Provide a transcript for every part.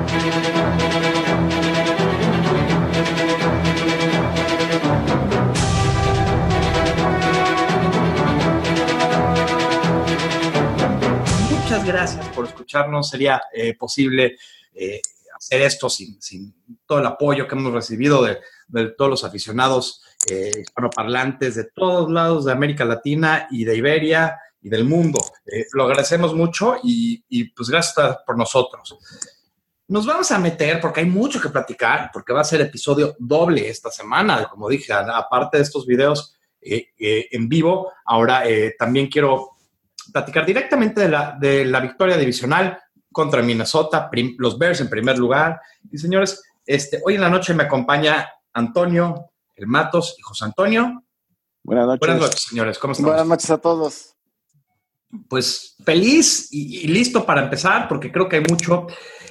Muchas gracias por escucharnos. Sería posible hacer esto sin todo el apoyo que hemos recibido de todos los aficionados hispanoparlantes de todos lados de América Latina y de Iberia y del mundo. Lo agradecemos mucho y pues gracias por nosotros. Nos vamos a meter, porque hay mucho que platicar, porque va a ser episodio doble esta semana, como dije, aparte de estos videos en vivo, ahora también quiero platicar directamente de la victoria divisional contra Minnesota, los Bears en primer lugar. Y señores, hoy en la noche me acompaña Antonio, el Matos y José Antonio. Buenas noches. Buenas noches, señores. ¿Cómo estamos? Buenas noches a todos. Pues feliz y listo para empezar, porque creo que hay mucho.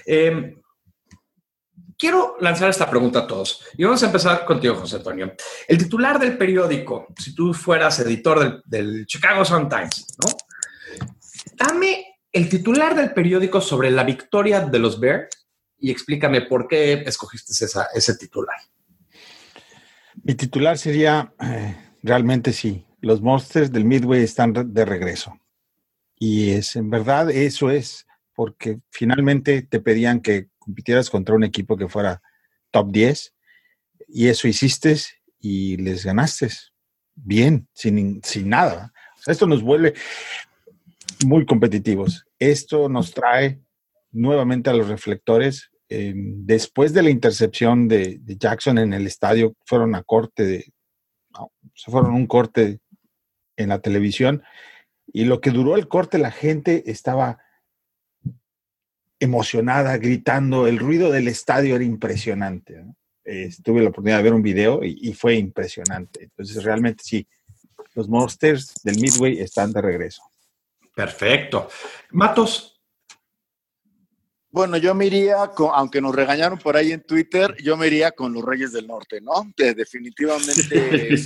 Quiero lanzar esta pregunta a todos. Y vamos a empezar contigo, José Antonio. El titular del periódico, si tú fueras editor del Chicago Sun-Times, ¿no? Dame el titular del periódico sobre la victoria de los Bears y explícame por qué escogiste ese titular. Mi titular sería, realmente sí, los Monsters del Midway están de regreso. Y en verdad eso es, porque finalmente te pedían que compitieras contra un equipo que fuera top 10 y eso hiciste y les ganaste bien, sin nada. O sea, esto nos vuelve muy competitivos. Esto nos trae nuevamente a los reflectores. Después de la intercepción de Jackson en el estadio, se fueron un corte en la televisión y lo que duró el corte, la gente estaba emocionada, gritando. El ruido del estadio era impresionante, ¿no? Tuve la oportunidad de ver un video y fue impresionante. Entonces, realmente sí, los Monsters del Midway están de regreso. Perfecto. Matos. Bueno, yo me iría, aunque nos regañaron por ahí en Twitter, yo me iría con los Reyes del Norte, ¿no? Que definitivamente,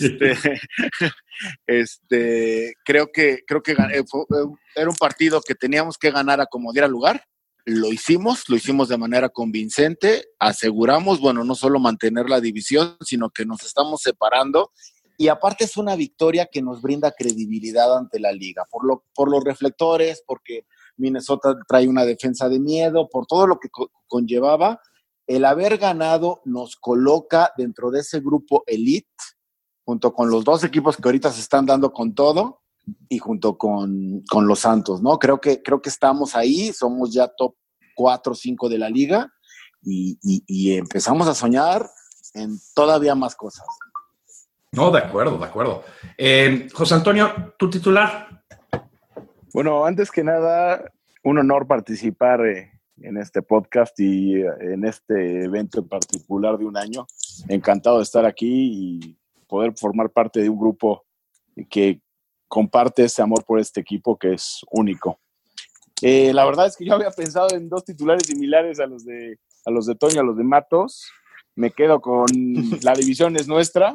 creo que era un partido que teníamos que ganar a como diera lugar. Lo hicimos de manera convincente, aseguramos, bueno, no solo mantener la división, sino que nos estamos separando. Y aparte es una victoria que nos brinda credibilidad ante la liga, por los reflectores, porque Minnesota trae una defensa de miedo, por todo lo que conllevaba. El haber ganado nos coloca dentro de ese grupo elite, junto con los dos equipos que ahorita se están dando con todo, y junto con los Santos, ¿no? Creo que estamos ahí, somos ya top 4 o 5 de la liga, y empezamos a soñar en todavía más cosas. No, de acuerdo. José Antonio, tu titular. Bueno, antes que nada, un honor participar en este podcast y en este evento en particular de un año. Encantado de estar aquí y poder formar parte de un grupo que comparte ese amor por este equipo que es único. La verdad es que yo había pensado en dos titulares similares a los de Toño, a los de Matos. Me quedo con la división es nuestra.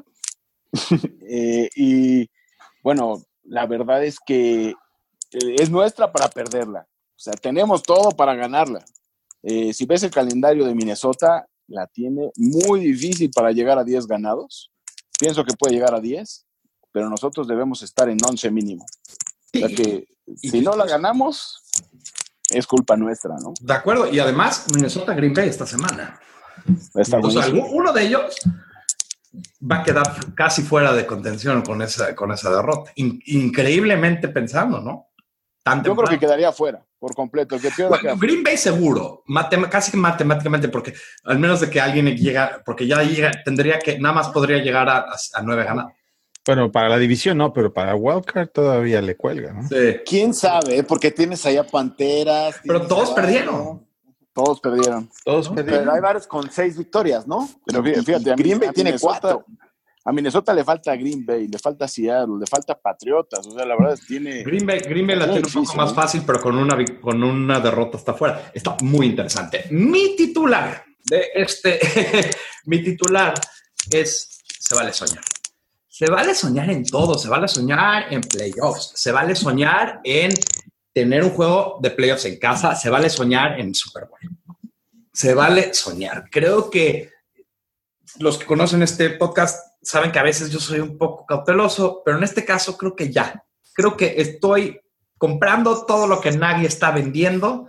Y bueno, la verdad es que es nuestra para perderla. O sea, tenemos todo para ganarla. Si ves el calendario de Minnesota, la tiene muy difícil para llegar a 10 ganados. Pienso que puede llegar a 10, pero nosotros debemos estar en 11 mínimo. O sea que si no la ganamos, es culpa nuestra, ¿no? De acuerdo, y además Minnesota Green Bay esta semana. O sea, uno de ellos va a quedar casi fuera de contención con esa derrota. Increíblemente pensando, ¿no? Yo creo que quedaría fuera, por completo. Green Bay seguro, casi matemáticamente, porque al menos de que alguien llega, porque ya tendría que, nada más podría llegar a 9 ganados. Bueno, para la división no, pero para Wildcard todavía le cuelga, ¿no? Sí. ¿Quién sabe? Porque tienes allá Panteras. Pero todos perdieron. Todos perdieron. Pero hay varios con 6 victorias, ¿no? Pero fíjate, Green Bay tiene 4. A Minnesota le falta Green Bay, le falta Seattle, le falta Patriotas. O sea, la verdad es que tiene... Green Bay la tiene un poco más fácil, pero con una derrota está fuera. Está muy interesante. Mi titular es se vale soñar. Se vale soñar en todo. Se vale soñar en playoffs. Se vale soñar en tener un juego de playoffs en casa. Se vale soñar en Super Bowl. se vale soñar. Creo que los que conocen este podcast saben que a veces yo soy un poco cauteloso, pero en este caso creo que ya. Creo que estoy comprando todo lo que nadie está vendiendo.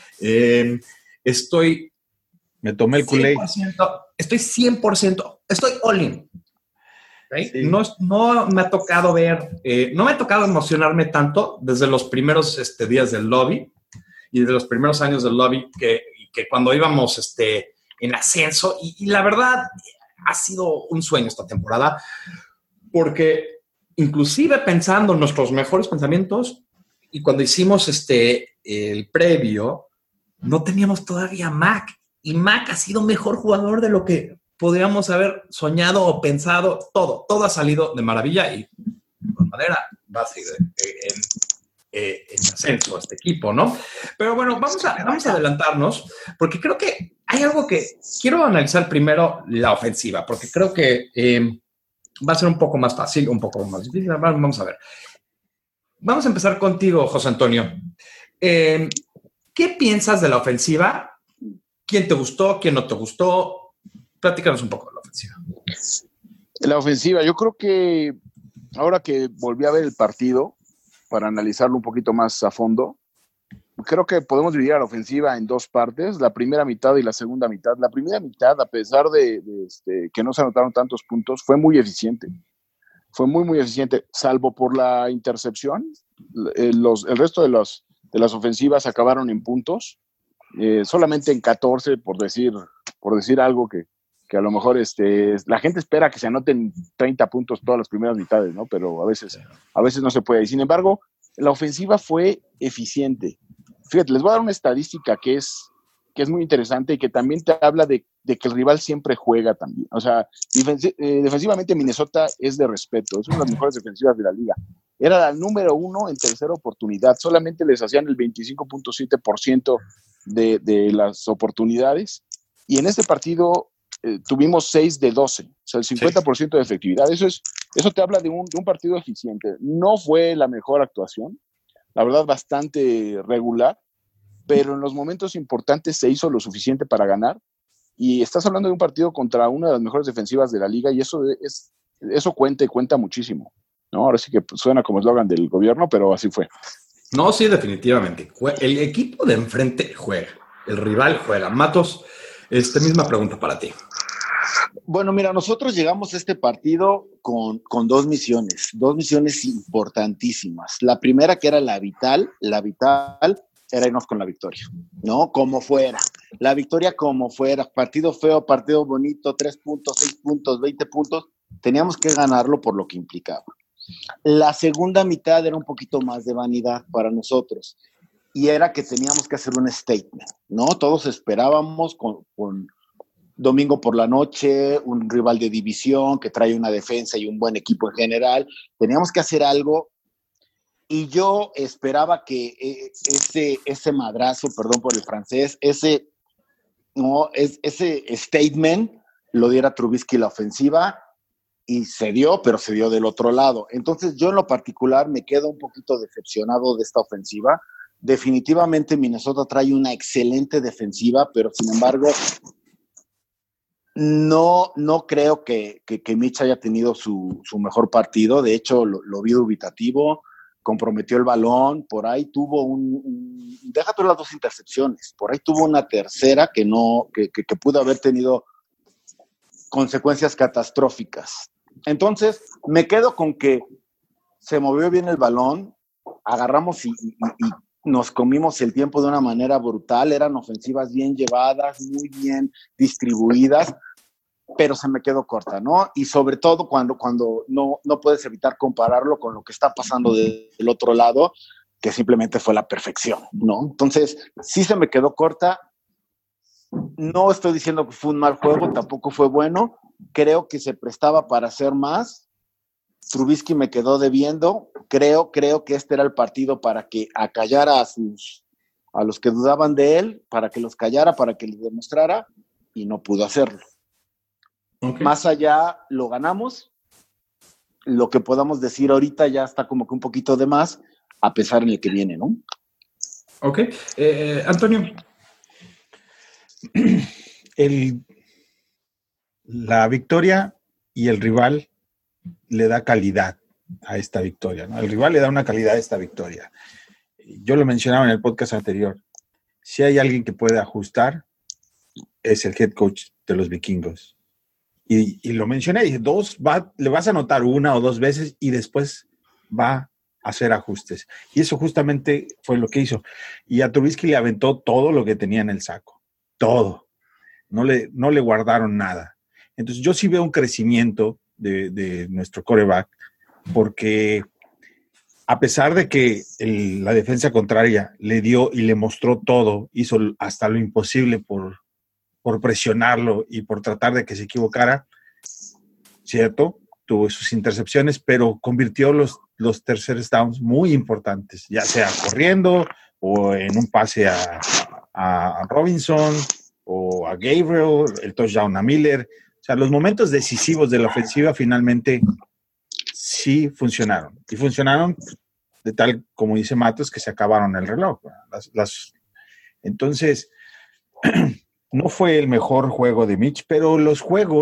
Me tomé el culé. Estoy 100%, estoy all in. ¿Okay? Sí. No me ha tocado no me ha tocado emocionarme tanto desde los primeros días del lobby y desde los primeros años del lobby que cuando íbamos en ascenso. Y la verdad ha sido un sueño esta temporada porque inclusive pensando en nuestros mejores pensamientos y cuando hicimos el previo, no teníamos todavía Mac. Y Mac ha sido mejor jugador de lo que podríamos haber soñado o pensado. Todo ha salido de maravilla y de manera va a seguir en ascenso este equipo, ¿no? Pero bueno, vamos a adelantarnos porque creo que hay algo que quiero analizar primero, la ofensiva, porque creo que va a ser un poco más fácil, un poco más difícil. Vamos a ver. Vamos a empezar contigo, José Antonio. ¿Qué piensas de la ofensiva? ¿Quién te gustó? ¿Quién no te gustó? Platícanos un poco de la ofensiva. La ofensiva, yo creo que ahora que volví a ver el partido para analizarlo un poquito más a fondo, creo que podemos dividir a la ofensiva en dos partes, la primera mitad y la segunda mitad. La primera mitad, a pesar de que no se anotaron tantos puntos, fue muy eficiente. Fue muy, muy eficiente, salvo por la intercepción. El resto de las ofensivas acabaron en puntos. Solamente en 14, por decir algo que a lo mejor la gente espera que se anoten 30 puntos todas las primeras mitades, ¿no? Pero a veces no se puede. Y sin embargo, la ofensiva fue eficiente. Fíjate, les voy a dar una estadística que es muy interesante y que también te habla de que el rival siempre juega también. O sea, defensivamente Minnesota es de respeto, es una de las mejores defensivas de la liga. Era la número 1 en tercera oportunidad, solamente les hacían el 25.7% de las oportunidades, y en este partido tuvimos 6 de 12, o sea, el 50% de efectividad. Eso te habla de un partido eficiente. No fue la mejor actuación, la verdad bastante regular, pero en los momentos importantes se hizo lo suficiente para ganar, y estás hablando de un partido contra una de las mejores defensivas de la liga, y eso cuenta y cuenta muchísimo, ¿no? Ahora sí que suena como eslogan del gobierno, pero así fue. No, sí, definitivamente. El equipo de enfrente juega, el rival juega. Matos, misma pregunta para ti. Bueno, mira, nosotros llegamos a este partido con dos misiones importantísimas. La primera, que era la vital era irnos con la victoria, ¿no? Como fuera. La victoria como fuera. Partido feo, partido bonito, 3 puntos, 6 puntos, 20 puntos. Teníamos que ganarlo por lo que implicaba. La segunda mitad era un poquito más de vanidad para nosotros y era que teníamos que hacer un statement, ¿no? Todos esperábamos con domingo por la noche, un rival de división que trae una defensa y un buen equipo en general. Teníamos que hacer algo y yo esperaba que ese madrazo, perdón por el francés, ese statement lo diera Trubisky la ofensiva. Y se dio, pero se dio del otro lado. Entonces, yo en lo particular me quedo un poquito decepcionado de esta ofensiva. Definitivamente Minnesota trae una excelente defensiva, pero sin embargo, no creo que Mitch haya tenido su mejor partido. De hecho, lo vi dubitativo, comprometió el balón, por ahí tuvo déjate las 2 intercepciones, por ahí tuvo una tercera que pudo haber tenido consecuencias catastróficas. Entonces, me quedo con que se movió bien el balón, agarramos y nos comimos el tiempo de una manera brutal, eran ofensivas bien llevadas, muy bien distribuidas, pero se me quedó corta, ¿no? Y sobre todo cuando no puedes evitar compararlo con lo que está pasando del otro lado, que simplemente fue la perfección, ¿no? Entonces, sí se me quedó corta. No estoy diciendo que fue un mal juego, tampoco fue bueno. Creo que se prestaba para hacer más. Trubisky me quedó debiendo. Creo que este era el partido para que acallara a los que dudaban de él, para que los callara, para que les demostrara, y no pudo hacerlo. Okay. Más allá, lo ganamos. Lo que podamos decir ahorita ya está como que un poquito de más, a pesar en el que viene, ¿no? Ok. Antonio. La victoria y el rival le da calidad a esta victoria, ¿no? El rival le da una calidad a esta victoria. Yo lo mencionaba en el podcast anterior. Si hay alguien que puede ajustar, es el head coach de los vikingos. Y lo mencioné, dije, le vas a anotar una o dos veces y después va a hacer ajustes. Y eso justamente fue lo que hizo. Y a Trubisky le aventó todo lo que tenía en el saco. Todo. No le guardaron nada. Entonces yo sí veo un crecimiento de nuestro quarterback, porque a pesar de que la defensa contraria le dio y le mostró todo, hizo hasta lo imposible por presionarlo y por tratar de que se equivocara, ¿cierto? Tuvo sus intercepciones, pero convirtió los terceros downs muy importantes, ya sea corriendo o en un pase a Robinson o a Gabriel, el touchdown a Miller. O sea, los momentos decisivos de la ofensiva finalmente sí funcionaron. Y funcionaron de tal, como dice Matos, que se acabaron el reloj. Entonces, no fue el mejor juego de Mitch, pero los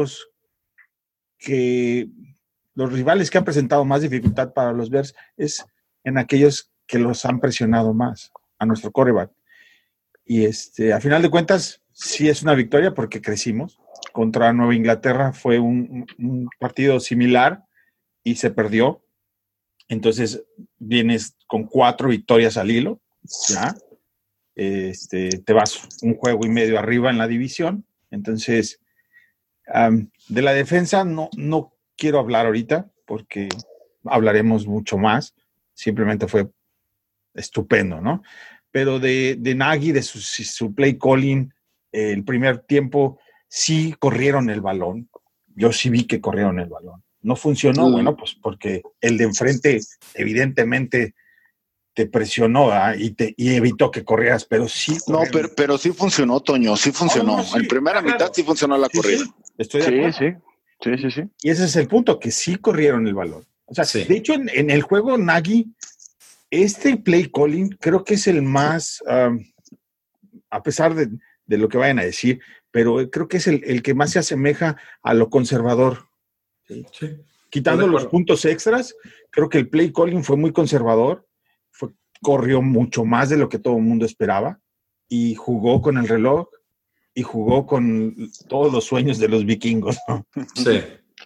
rivales que han presentado más dificultad para los Bears es en aquellos que los han presionado más a nuestro quarterback. Y a final de cuentas, sí es una victoria porque crecimos. Contra Nueva Inglaterra fue un partido similar y se perdió. Entonces vienes con 4 victorias al hilo, ¿ya? Te vas un juego y medio arriba en la división. Entonces, de la defensa no quiero hablar ahorita porque hablaremos mucho más. Simplemente fue estupendo, ¿no? Pero de Nagy, de su play calling, el primer tiempo sí corrieron el balón. Yo sí vi que corrieron el balón. No funcionó, bueno, pues porque el de enfrente evidentemente te presionó y evitó que corrieras, pero sí. No, pero sí funcionó, Toño, sí funcionó. Sí, en primera mitad sí funcionó la corrida. Sí, estoy de acuerdo. Sí. Y ese es el punto, que sí corrieron el balón. O sea, de hecho, en el juego Nagy, este play calling creo que es el más, a pesar de lo que vayan a decir, pero creo que es el que más se asemeja a lo conservador. Sí. Quitando los puntos extras, creo que el play calling fue muy conservador, corrió mucho más de lo que todo el mundo esperaba y jugó con el reloj y jugó con todos los sueños de los vikingos, ¿no? Sí.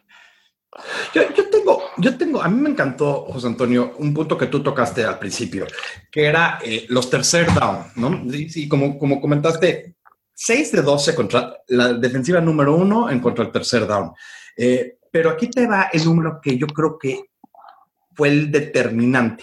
Yo tengo, a mí me encantó, José Antonio, un punto que tú tocaste al principio, que era los tercer down, ¿no? Sí, como comentaste, 6 de 12 contra la defensiva número 1 en contra el tercer down. Pero aquí te va el número que yo creo que fue el determinante.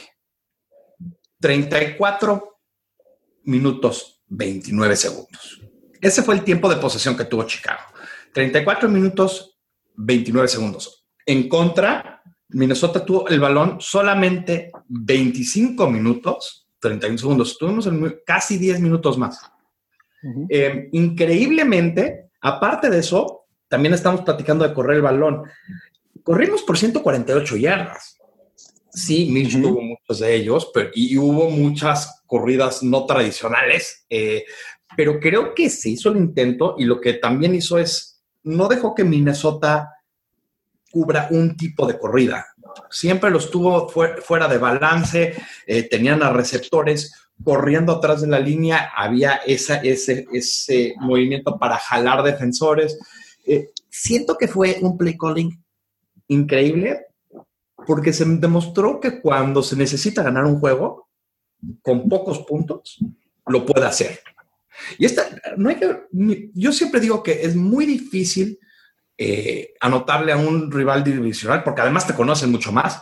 34 minutos 29 segundos. Ese fue el tiempo de posesión que tuvo Chicago. 34 minutos 29 segundos. En contra, Minnesota tuvo el balón solamente 25 minutos 31 segundos. Tuvimos casi 10 minutos más. Uh-huh. Increíblemente, aparte de eso, también estamos platicando de correr el balón. Corrimos por 148 yardas. Sí, Mitch tuvo muchos de ellos, y hubo muchas corridas no tradicionales, pero creo que se hizo el intento y lo que también hizo es, no dejó que Minnesota cubra un tipo de corrida. Siempre los tuvo fuera de balance, tenían a receptores corriendo atrás de la línea, había ese movimiento para jalar defensores. Siento que fue un play calling increíble, porque se demostró que cuando se necesita ganar un juego con pocos puntos, lo puede hacer. Y yo siempre digo que es muy difícil anotarle a un rival divisional, porque además te conocen mucho más,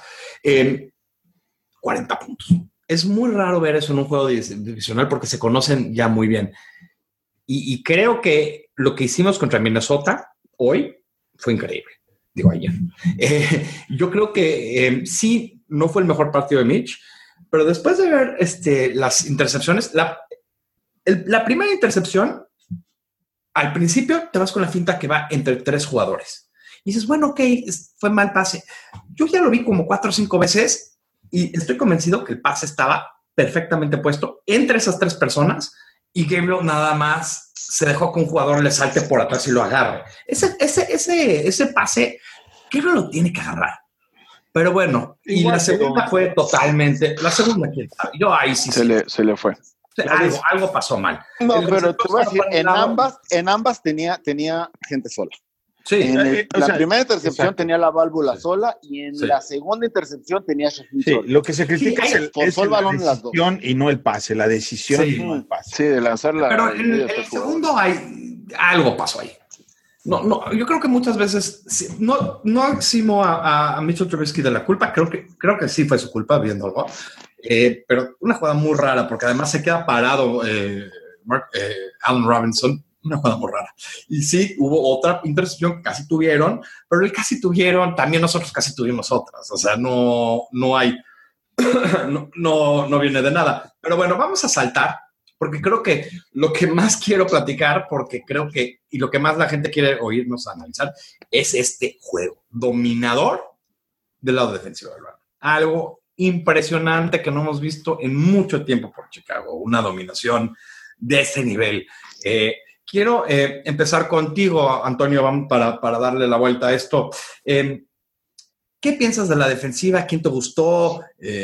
40 puntos. Es muy raro ver eso en un juego divisional porque se conocen ya muy bien. Y creo que lo que hicimos contra Minnesota hoy fue increíble. Digo, ayer. Yo creo que sí, no fue el mejor partido de Mitch, pero después de ver las intercepciones, la primera intercepción, al principio te vas con la finta que va entre 3 jugadores. Y dices, bueno, ok, fue mal pase. Yo ya lo vi como 4 o 5 veces y estoy convencido que el pase estaba perfectamente puesto entre esas 3 personas y Gabriel nada más se dejó que un jugador le salte por atrás y lo agarre. Ese pase, ¿qué no lo tiene que agarrar? Pero bueno, y igual, la segunda fue totalmente, la segunda, ¿quién sabe? Yo ahí sí. Se le fue. Algo pasó mal. No, pero te voy a decir, en ambas tenía gente sola. Sí. En la primera intercepción tenía la válvula sola y en la segunda intercepción tenía Sheffield sola. Lo que se critica es el balón la decisión y no el pase, la decisión y no el pase. Sí, de lanzarla. Pero en el segundo algo pasó ahí. No, yo creo que muchas veces no eximo a Mitchell Trubisky de la culpa, creo que sí fue su culpa viéndolo, pero una jugada muy rara, porque además se queda parado Allen Robinson, una jugada muy rara. Y sí, hubo otra intercepción que casi tuvieron, pero el casi tuvieron, también nosotros casi tuvimos otras, o sea, no hay, no viene de nada. Pero bueno, vamos a saltar, porque creo que lo que más quiero platicar, porque creo que, y lo que más la gente quiere oírnos analizar, es este juego dominador del lado defensivo del balón. Algo impresionante que no hemos visto en mucho tiempo por Chicago, una dominación de ese nivel. Quiero empezar contigo, Antonio, para darle la vuelta a esto. ¿Qué piensas de la defensiva? ¿Quién te gustó?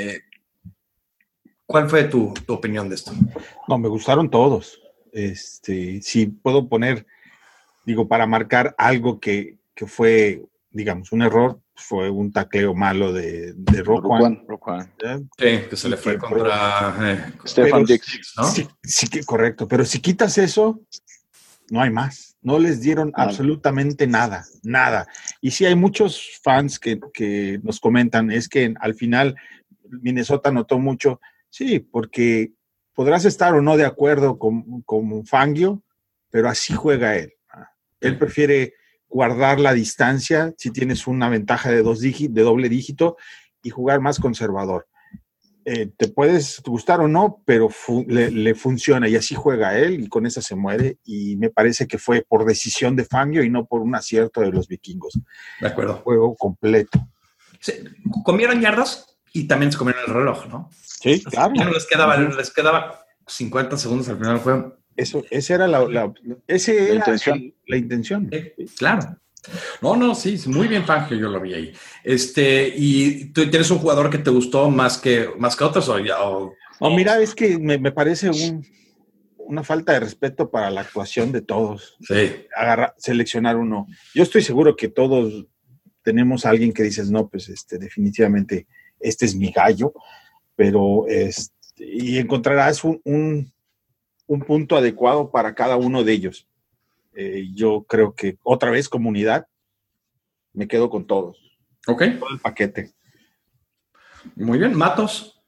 ¿Cuál fue tu opinión de esto? No, me gustaron todos. Si puedo poner, para marcar algo que fue, digamos, un error, fue un tacleo malo de Roquan. Sí, que se le fue contra Stefan Diggs, ¿no? Sí, correcto. Pero si quitas eso, no hay más. No les dieron absolutamente nada. Y sí hay muchos fans que nos comentan, es que al final Minnesota notó mucho. Sí, porque podrás estar o no de acuerdo con Fangio, pero así juega él. Él prefiere guardar la distancia si tienes una ventaja de doble dígito y jugar más conservador. Te puedes gustar o no, pero le funciona y así juega él y con esa se muere, y me parece que fue por decisión de Fangio y no por un acierto de los vikingos. De acuerdo. Juego completo. Sí, comieron yardas y también se comieron el reloj, ¿no? Sí, claro. Les quedaba 50 segundos al final del juego. Esa era la intención. Claro. No, sí, muy bien Fangio, yo lo vi ahí. ¿Y tú tienes un jugador que te gustó más que otros o? No, mira, es que me parece una falta de respeto para la actuación de todos. Sí. Seleccionar uno. Yo estoy seguro que todos tenemos a alguien que dices, no, pues definitivamente este es mi gallo, pero y encontrarás un punto adecuado para cada uno de ellos. Yo creo que otra vez comunidad, me quedo con todos. Ok. Todo el paquete. Muy bien, Matos.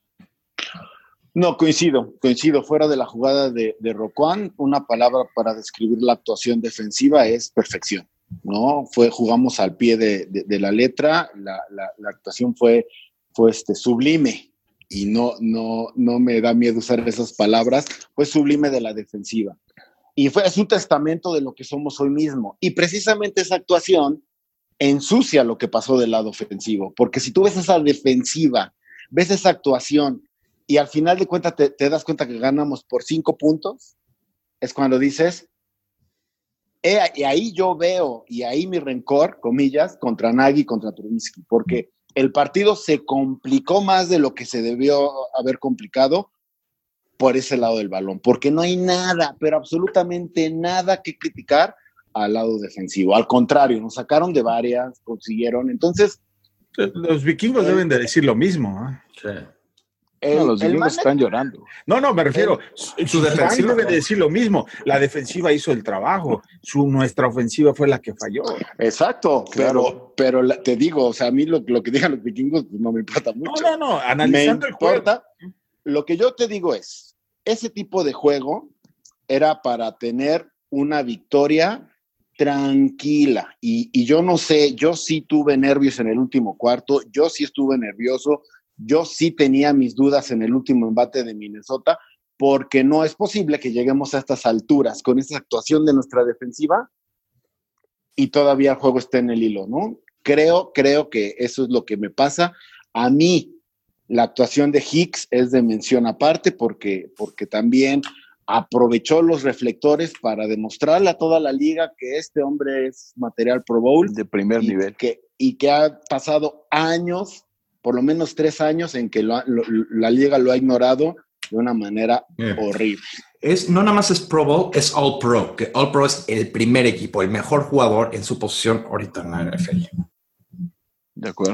No, coincido. Fuera de la jugada de Roquan, una palabra para describir la actuación defensiva es perfección, ¿no? Jugamos al pie de la letra, la actuación fue sublime, y no me da miedo usar esas palabras, fue sublime de la defensiva. Y es un testamento de lo que somos hoy mismo. Y precisamente esa actuación ensucia lo que pasó del lado ofensivo. Porque si tú ves esa defensiva, ves esa actuación, y al final de cuentas te das cuenta que ganamos por 5 puntos, es cuando dices, y ahí yo veo, y ahí mi rencor, comillas, contra Nagy, contra Trubisky, porque el partido se complicó más de lo que se debió haber complicado por ese lado del balón, porque no hay nada, pero absolutamente nada que criticar al lado defensivo. Al contrario, nos sacaron de varias, consiguieron. Entonces, los vikingos deben de decir lo mismo. Sí. Los vikingos están llorando. No, me refiero, su defensiva debe de decir lo mismo. La defensiva hizo el trabajo, nuestra ofensiva fue la que falló. Exacto, claro. pero te digo, o sea, a mí lo que digan los vikingos pues, no me importa mucho. No, analizando el juego. Lo que yo te digo es, ese tipo de juego era para tener una victoria tranquila. Y yo no sé, yo sí tuve nervios en el último cuarto, yo sí estuve nervioso, yo sí tenía mis dudas en el último embate de Minnesota, porque no es posible que lleguemos a estas alturas con esa actuación de nuestra defensiva y todavía el juego esté en el hilo, ¿no? Creo que eso es lo que me pasa. A mí, la actuación de Hicks es de mención aparte porque también aprovechó los reflectores para demostrarle a toda la liga que este hombre es material Pro Bowl. De primer nivel. Y que ha pasado años, por lo menos 3 años, en que la liga lo ha ignorado de una manera horrible. No nada más es Pro Bowl, es All Pro, que All Pro es el primer equipo, el mejor jugador en su posición ahorita en la NFL. De acuerdo.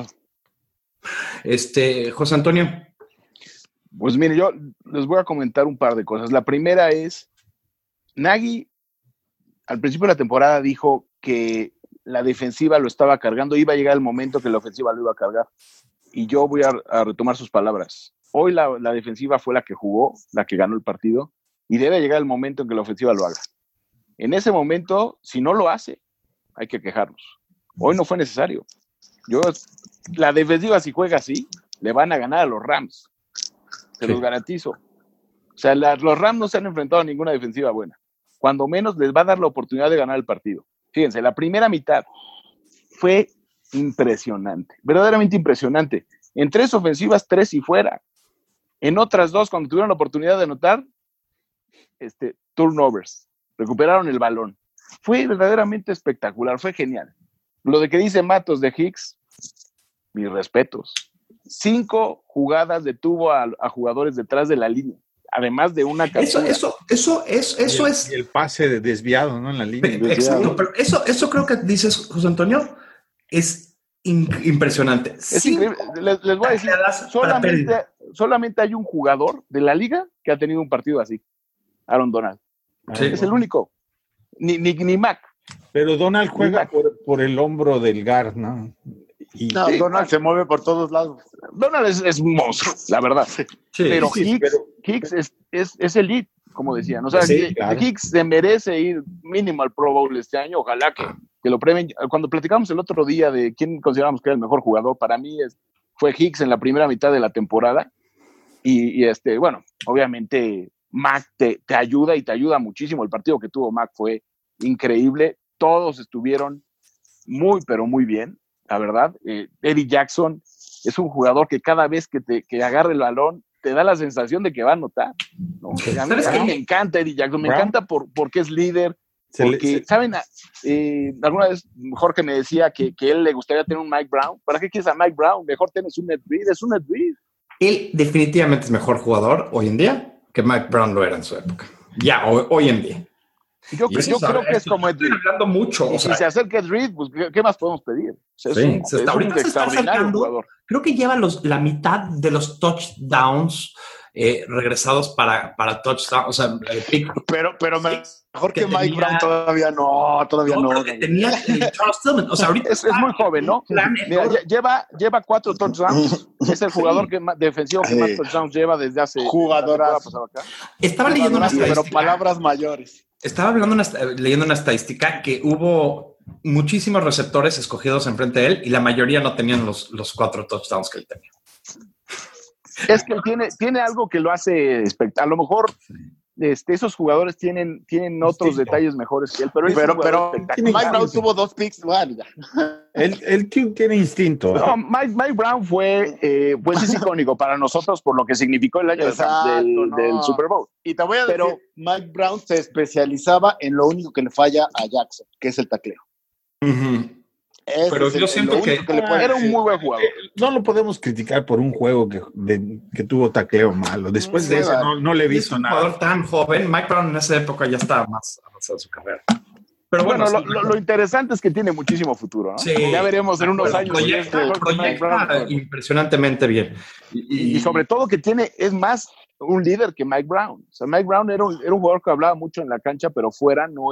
José Antonio. Pues mire, yo les voy a comentar un par de cosas. La primera es, Nagy al principio de la temporada dijo que la defensiva lo estaba cargando, iba a llegar el momento que la ofensiva lo iba a cargar. Y yo voy a retomar sus palabras. Hoy la defensiva fue la que jugó, la que ganó el partido, y debe llegar el momento en que la ofensiva lo haga. En ese momento, si no lo hace, hay que quejarnos. Hoy no fue necesario. La defensiva, si juega así, le van a ganar a los Rams. Se los garantizo. O sea, los Rams no se han enfrentado a ninguna defensiva buena. Cuando menos les va a dar la oportunidad de ganar el partido. Fíjense, la primera mitad fue impresionante, verdaderamente impresionante. En 3 ofensivas, 3 y fuera. En otras 2, cuando tuvieron la oportunidad de anotar, turnovers, recuperaron el balón. Fue verdaderamente espectacular, fue genial. Lo de que dice Matos de Hicks, mis respetos. 5 jugadas detuvo a jugadores detrás de la línea, además de una captura. Eso es. Y el pase desviado, ¿no? En la línea. Exacto, pero eso creo que dices, José Antonio, es impresionante. Es increíble. Les voy a decir, solamente hay un jugador de la liga que ha tenido un partido así, Aaron Donald. Sí. Es el único. Ni Mac. Pero Donald juega por el hombro del guard, ¿no? Donald se mueve por todos lados. Donald es un monstruo, la verdad. Sí, pero Hicks es elite, como decían. O sea, claro. Hicks se merece ir mínimo al Pro Bowl este año. Ojalá que lo premien. Cuando platicamos el otro día de quién consideramos que era el mejor jugador, para mí fue Hicks en la primera mitad de la temporada. Y bueno, obviamente Mac te ayuda y te ayuda muchísimo. El partido que tuvo Mac fue increíble. Todos estuvieron muy, pero muy bien. La verdad, Eddie Jackson es un jugador que cada vez que agarre el balón te da la sensación de que va a anotar, ¿no? A mí me encanta Eddie Jackson, me encanta porque es líder, porque, ¿saben? Alguna vez Jorge me decía que él le gustaría tener un Mike Brown. ¿Para qué quieres a Mike Brown? Mejor tienes un Ed Reed, es un Ed Reed. Él definitivamente es mejor jugador hoy en día que Mike Brown lo era en su época. Ya, hoy en día. Yo creo que es como Ed Reed. Hablando mucho. Y si se acerca Ed Reed, pues ¿qué más podemos pedir? O sea, ahorita se está acercando. Creo que lleva la mitad de los touchdowns regresados para touchdown. O sea, pero mejor que Mike Brown todavía no. Tenía Charles Tillman. O sea, ahorita es muy joven, ¿no? Mira, lleva 4 touchdowns. Es el jugador defensivo que más touchdowns lleva desde hace. Jugadoras. Estaba leyendo una estadística. Pero palabras mayores. Estaba leyendo una estadística que hubo muchísimos receptores escogidos enfrente de él y la mayoría no tenían los 4 touchdowns que él tenía. Es que tiene algo que lo hace espectacular. A lo mejor esos jugadores tienen otros detalles mejores que él, pero Mike Brown tuvo 2 picks. Él tiene instinto. No, Mike Brown fue es icónico para nosotros por lo que significó el año del Super Bowl. Y te voy a decir, Mike Brown se especializaba en lo único que le falla a Jackson, que es el tacleo. Uh-huh. Pero yo siento que era un muy buen jugador. No lo podemos criticar por un juego que tuvo tacleo malo. Después de eso no le he visto nada. Un jugador tan joven, Mike Brown en esa época ya estaba más avanzada su carrera. Pero bueno, lo interesante es que tiene muchísimo futuro, ¿no? Sí, ya veremos en unos años. Proyecta impresionantemente bien. Y sobre todo que es más un líder que Mike Brown. O sea, Mike Brown era un jugador que hablaba mucho en la cancha, pero fuera no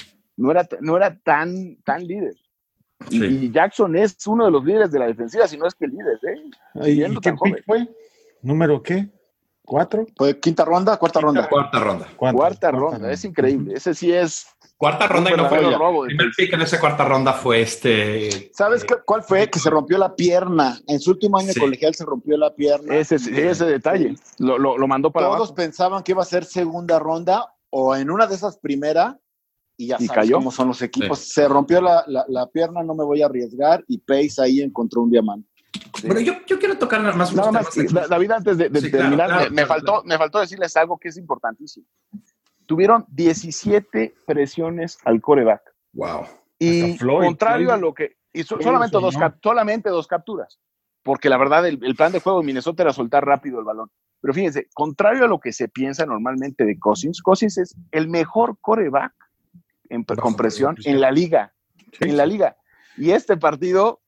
era tan líder. Sí. Y Jackson es uno de los líderes de la defensiva, si no es que el líder, ¿Y qué pick fue? ¿Número qué? ¿4? Fue quinta ronda, cuarta ronda. Cuarta ronda, es increíble. Ese sí es. Cuarta ronda y no fue el primer pick en esa cuarta ronda fue ¿Sabes cuál fue? Que se rompió la pierna. En su último año colegial se rompió la pierna. Ese detalle. Lo mandó para Todos abajo. Pensaban que iba a ser segunda ronda o en una de esas primera. Y ya sabes cayó. Cómo son los equipos. Sí. Se rompió la pierna, no me voy a arriesgar. Y Pace ahí encontró un diamante. Sí. Bueno, yo quiero tocar nada más. David, antes de terminar, claro. Me faltó decirles algo que es importantísimo. tuvieron 17 presiones al quarterback. Wow. Y contrario a lo que... Y solamente dos capturas. Porque la verdad, el plan de juego de Minnesota era soltar rápido el balón. Pero fíjense, contrario a lo que se piensa normalmente de Cousins es el mejor quarterback con presión en la liga. Sí. En la liga. Y este partido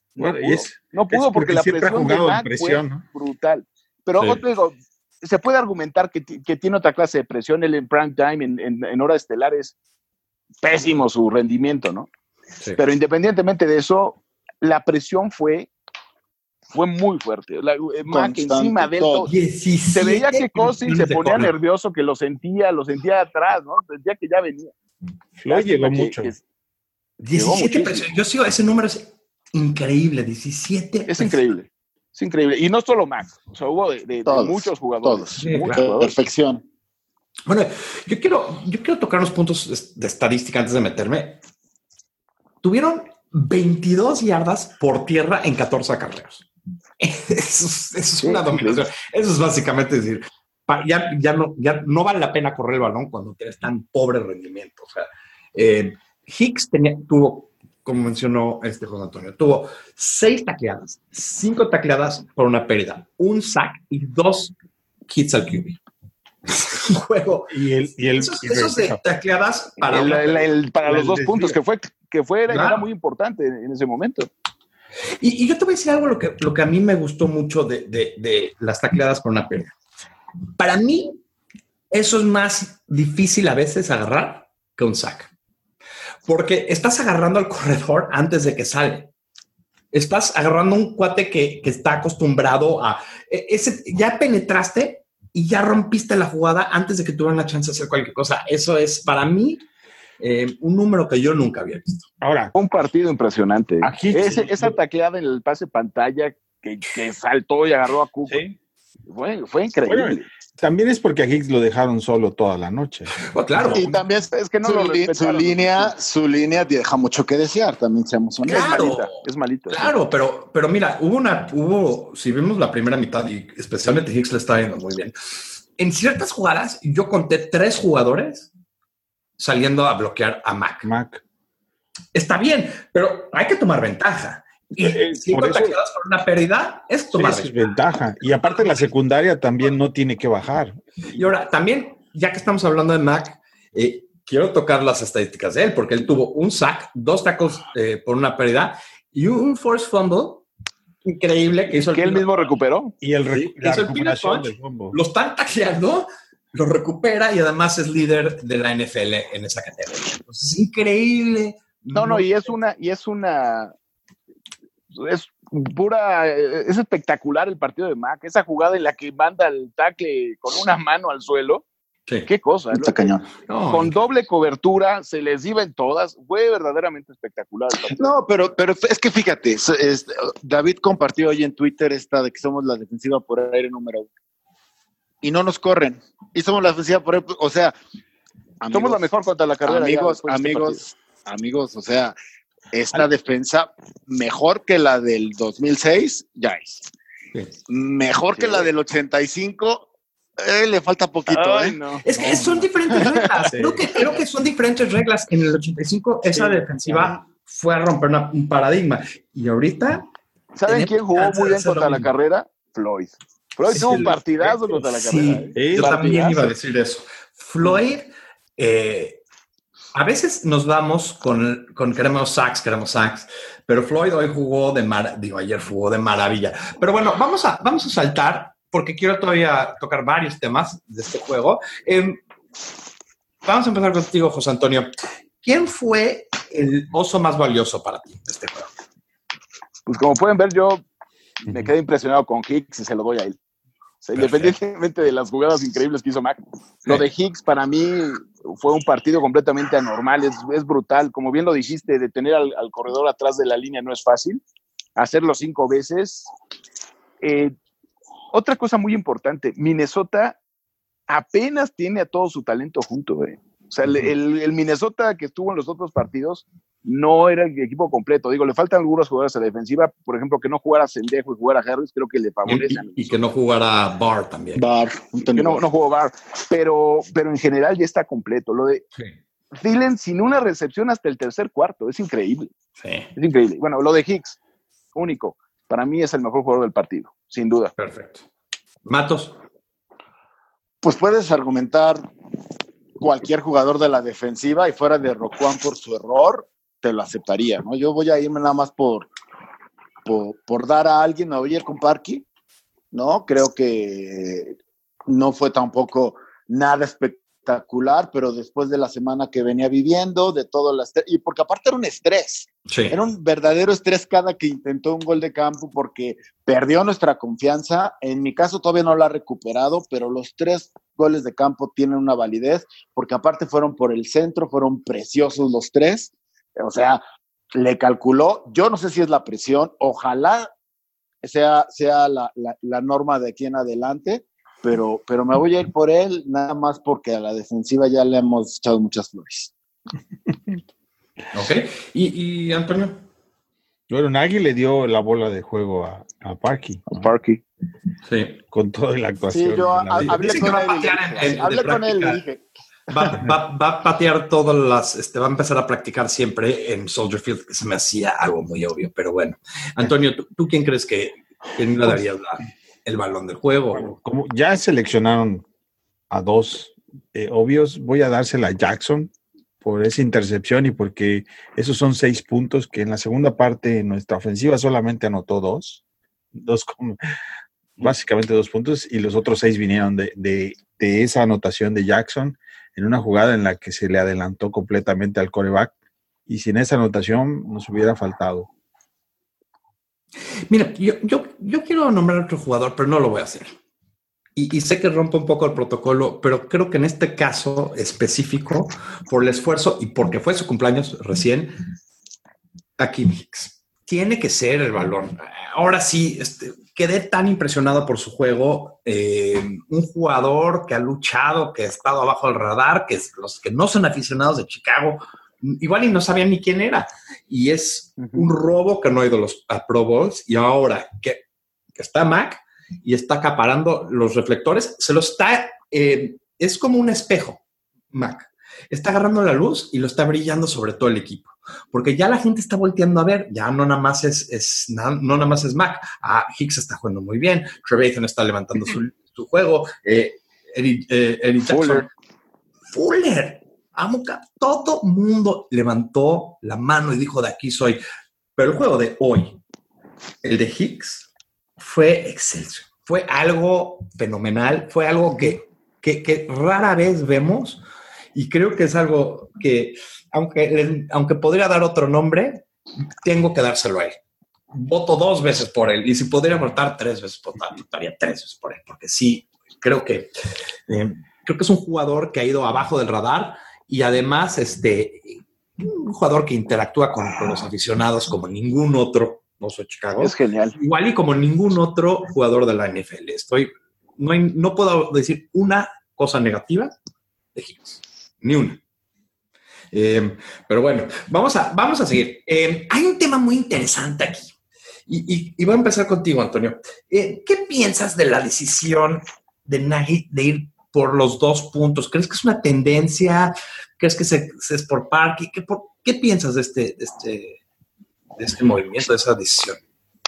no pudo porque la presión de Mac fue brutal. Pero otro digo, se puede argumentar que tiene otra clase de presión. Él en prime time, en horas estelares, pésimo su rendimiento, ¿no? Sí. Pero independientemente de eso, la presión fue muy fuerte. Mac encima de él. Se veía que Cousins se ponía nervioso, que lo sentía atrás, ¿no? Sentía que ya venía. Llegó mucho. 17 presiones. Yo sigo, ese número es increíble, 17. Es increíble. Es increíble. Y no solo Mac, o sea, hubo de muchos jugadores. Sí, claro. Perfección. Bueno, yo quiero tocar unos puntos de estadística antes de meterme. Tuvieron 22 yardas por tierra en 14 acarreos. Eso es una dominación. Eso es básicamente decir, ya no vale la pena correr el balón cuando tienes tan pobre rendimiento. O sea, Hicks tuvo, como mencionó José Antonio, tuvo 6 tacleadas, 5 tacleadas por una pérdida, un sack y 2 hits al QB. Un juego. Esos de tacleadas para los 2 puntos, era muy importante en ese momento. Y yo te voy a decir algo lo que a mí me gustó mucho de las tacleadas por una pérdida. Para mí, eso es más difícil a veces agarrar que un sack. Porque estás agarrando al corredor antes de que sale. Estás agarrando un cuate que está acostumbrado a... ya penetraste y ya rompiste la jugada antes de que tuvieran la chance de hacer cualquier cosa. Eso es, para mí, un número que yo nunca había visto. Ahora, un partido impresionante. Esa tacleada en el pase pantalla que saltó y agarró a Cook. Sí. Fue increíble. Bueno, también es porque a Hicks lo dejaron solo toda la noche. Pues claro. Y también es que no su línea deja mucho que desear, también seamos honestos. Claro, es malita. Claro, pero mira, si vimos la primera mitad y especialmente Hicks le está yendo muy bien. En ciertas jugadas, yo conté 3 jugadores saliendo a bloquear a Mac. Está bien, pero hay que tomar ventaja. Y 5 tacleadas por una pérdida es tomar ventaja. Y aparte la secundaria también no tiene que bajar. Y ahora, también, ya que estamos hablando de Mac, quiero tocar las estadísticas de él, porque él tuvo un sack, 2 tackles por una pérdida y un forced fumble increíble que hizo él mismo recuperó. Y la recuperación del fumble. Lo están tacleando, lo recupera y además es líder de la NFL en esa categoría. Entonces, es increíble. Es espectacular el partido de Mac, esa jugada en la que manda el tackle con una mano al suelo. Sí. Qué cosa, está cañón. Con doble cobertura, se les iba en todas, fue verdaderamente espectacular. No, pero es que fíjate, David compartió hoy en Twitter de que somos la defensiva por aire número 1. Y no nos corren. Y somos la defensiva por aire, o sea, amigos, somos la mejor contra la carrera. Amigos, o sea, esta defensa mejor que la del 2006, ya es. Sí. Mejor que la del 85, le falta poquito. No. Es que son diferentes reglas. Sí. Creo que son diferentes reglas. En el 85 esa defensiva fue a romper un paradigma. Y ahorita... ¿Saben quién jugó muy bien contra la carrera? Floyd tuvo un partidazo contra la carrera. Yo también iba a decir eso. Floyd... a veces nos vamos con queremos sacks, pero Floyd hoy ayer jugó de maravilla. Pero bueno, vamos a saltar, porque quiero todavía tocar varios temas de este juego. Vamos a empezar contigo, José Antonio. ¿Quién fue el oso más valioso para ti de este juego? Pues como pueden ver, yo me quedé impresionado con Hicks y se lo doy a él. O sea, independientemente de las jugadas increíbles que hizo Mac, lo de Hicks para mí fue un partido completamente anormal, es brutal. Como bien lo dijiste, de tener al corredor atrás de la línea no es fácil. Hacerlo 5 veces. Otra cosa muy importante, Minnesota apenas tiene a todo su talento junto. O sea, el Minnesota que estuvo en los otros partidos no era el equipo completo. Digo, le faltan algunos jugadores a la defensiva, por ejemplo, que no jugara Sendejo y jugara Harris, creo que le favorece. Y que no jugara Barr también. Que no jugó Barr, pero en general ya está completo. Lo de Thielen sin una recepción hasta el tercer cuarto, es increíble. Sí. Es increíble. Bueno, lo de Hicks, único. Para mí es el mejor jugador del partido, sin duda. Perfecto. Matos. Pues puedes argumentar cualquier jugador de la defensiva y fuera de Roquan por su error, te lo aceptaría, ¿no? Yo voy a irme nada más por dar a alguien, me voy a ir con Parky, ¿no? Creo que no fue tampoco nada espectacular, pero después de la semana que venía viviendo, de todo el estrés, y porque aparte era un estrés, era un verdadero estrés cada que intentó un gol de campo porque perdió nuestra confianza. En mi caso todavía no la ha recuperado, pero los 3 goles de campo tienen una validez, porque aparte fueron por el centro, fueron preciosos los 3, o le calculó. Yo no sé si es la presión, ojalá sea la norma de aquí en adelante, pero me voy a ir por él, nada más porque a la defensiva ya le hemos echado muchas flores. Ok. ¿Y Antonio? Bueno, Nagy le dio la bola de juego a Parky. A Parky. Sí. Con toda la actuación. Sí, yo hablé con él y dije. Va a patear todas las, va a empezar a practicar siempre en Soldier Field, que se me hacía algo muy obvio, pero bueno. Antonio, ¿tú quién crees que le darías el balón del juego? Bueno, como ya seleccionaron a 2 obvios, voy a dársela a Jackson por esa intercepción y porque esos son 6 puntos que en la segunda parte nuestra ofensiva solamente anotó 2, básicamente 2 puntos, y los otros 6 vinieron de esa anotación de Jackson en una jugada en la que se le adelantó completamente al quarterback, y sin esa anotación nos hubiera faltado. Mira, yo quiero nombrar a otro jugador, pero no lo voy a hacer. Y sé que rompe un poco el protocolo, pero creo que en este caso específico, por el esfuerzo y porque fue su cumpleaños recién, Akiem Hicks tiene que ser el balón. Ahora sí, quedé tan impresionado por su juego. Un jugador que ha luchado, que ha estado abajo del radar, que los que no son aficionados de Chicago igual y no sabían ni quién era. Y es un robo que no ha ido a Pro Bowls, y ahora que está Mac y está acaparando los reflectores, se lo está, es como un espejo, Mac. Está agarrando la luz y lo está brillando sobre todo el equipo, porque ya la gente está volteando a ver, ya no nada más no nada más es Mac. Hicks está jugando muy bien, Trevathan está levantando su juego, Eric Jackson. Fuller. Todo mundo levantó la mano y dijo, de aquí soy. Pero el juego de hoy, el de Hicks, fue excelso. Fue algo fenomenal. Fue algo que rara vez vemos. Y creo que es algo que, aunque podría dar otro nombre, tengo que dárselo a él. Voto 2 veces por él. Y si podría votar 3 veces por él, votaría 3 veces por él. Porque sí, creo que es un jugador que ha ido abajo del radar. Y además, un jugador que interactúa con los aficionados como ningún otro, no soy Chicago. Es genial. Igual y como ningún otro jugador de la NFL. No puedo decir una cosa negativa de Hicks. Ni una. Pero bueno, vamos a seguir. Hay un tema muy interesante aquí. Y voy a empezar contigo, Antonio. ¿Qué piensas de la decisión de Nagy de ir por los 2 puntos? ¿Crees que es una tendencia? ¿Crees que es por Parky? ¿Qué piensas de este movimiento, de esa decisión?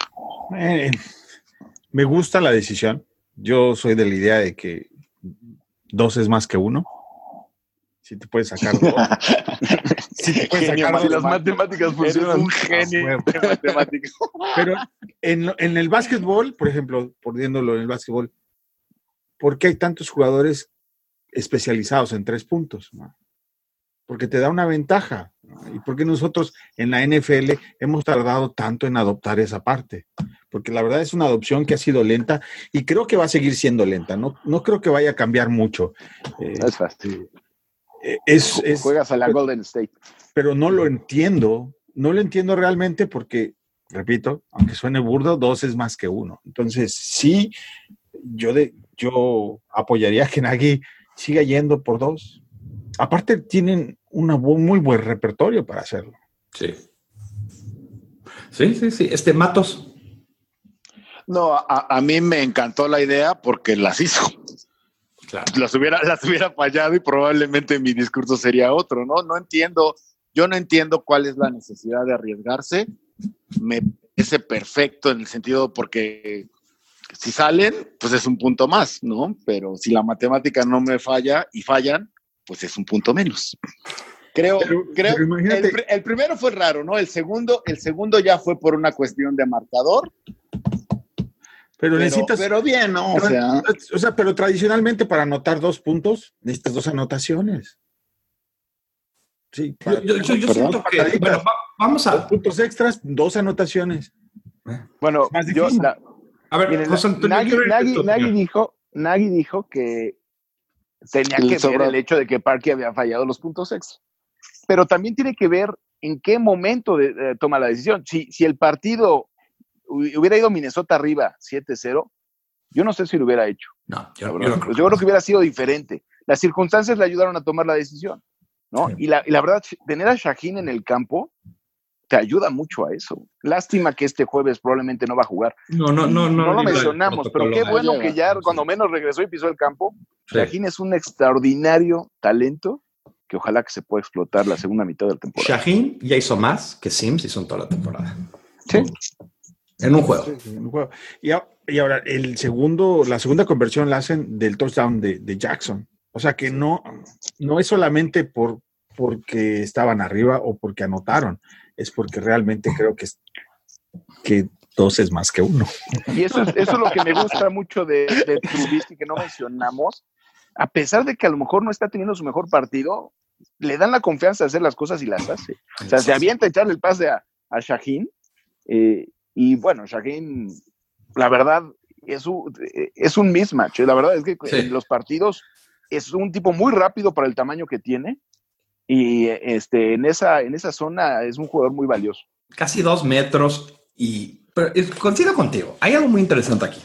Me gusta la decisión. Yo soy de la idea de que 2 es más que 1. Si te puedes sacar 2. Si las matemáticas funcionan. Un genio de matemáticas. Pero en el básquetbol, por ejemplo, poniéndolo en el básquetbol, ¿por qué hay tantos jugadores especializados en 3 puntos? Porque te da una ventaja. ¿Y por qué nosotros en la NFL hemos tardado tanto en adoptar esa parte? Porque la verdad es una adopción que ha sido lenta y creo que va a seguir siendo lenta. No creo que vaya a cambiar mucho. Es fácil. Juegas a la Golden State. Pero no lo entiendo. No lo entiendo realmente porque, repito, aunque suene burdo, 2 es más que 1. Entonces, sí, yo apoyaría que Nagy siga yendo por 2. Aparte, tienen un muy buen repertorio para hacerlo. Sí. Sí. Matos. No, a mí me encantó la idea porque las hizo. Claro. Las hubiera fallado y probablemente mi discurso sería otro, ¿no? Yo no entiendo cuál es la necesidad de arriesgarse. Me parece perfecto en el sentido porque si salen, pues es un punto más, ¿no? Pero si la matemática no me falla y fallan, pues es un punto menos. Creo, el primero fue raro, ¿no? El segundo ya fue por una cuestión de marcador. Pero necesitas. Pero bien, ¿no? Pero tradicionalmente para anotar 2 puntos, necesitas 2 anotaciones. Sí. Yo siento que. Bueno, vamos a. 2 puntos extras, 2 anotaciones. Bueno, a ver, miren, José Antonio, Nagy dijo que tenía que ver el hecho de que Parky había fallado los puntos extra. Pero también tiene que ver en qué momento toma la decisión. Si el partido hubiera ido Minnesota arriba 7-0, yo no sé si lo hubiera hecho. No, yo creo que hubiera sido diferente. Las circunstancias le ayudaron a tomar la decisión, ¿no? Sí. Y la verdad, tener a Shaheen en el campo te ayuda mucho a eso. Lástima que este jueves probablemente no va a jugar. No lo mencionamos, pero qué bueno que ya cuando menos regresó y pisó el campo. Sí. Shaheen es un extraordinario talento que ojalá que se pueda explotar la segunda mitad de la temporada. Shaheen ya hizo más que Sims hizo en toda la temporada. Sí. En un juego. Sí, en un juego. Y ahora, la segunda conversión la hacen del touchdown de Jackson. O sea que no es solamente porque estaban arriba o porque anotaron. Es porque realmente creo que 2 es más que 1. Y eso es lo que me gusta mucho de Trubisky, que no mencionamos. A pesar de que a lo mejor no está teniendo su mejor partido, le dan la confianza de hacer las cosas y las hace. O sea, se avienta a echarle el pase a Shaheen. Y bueno, Shaheen, la verdad, es un mismatch. La verdad es que en los partidos es un tipo muy rápido para el tamaño que tiene. Y en esa zona es un jugador muy valioso. Casi 2 metros. Pero coincido contigo. Hay algo muy interesante aquí.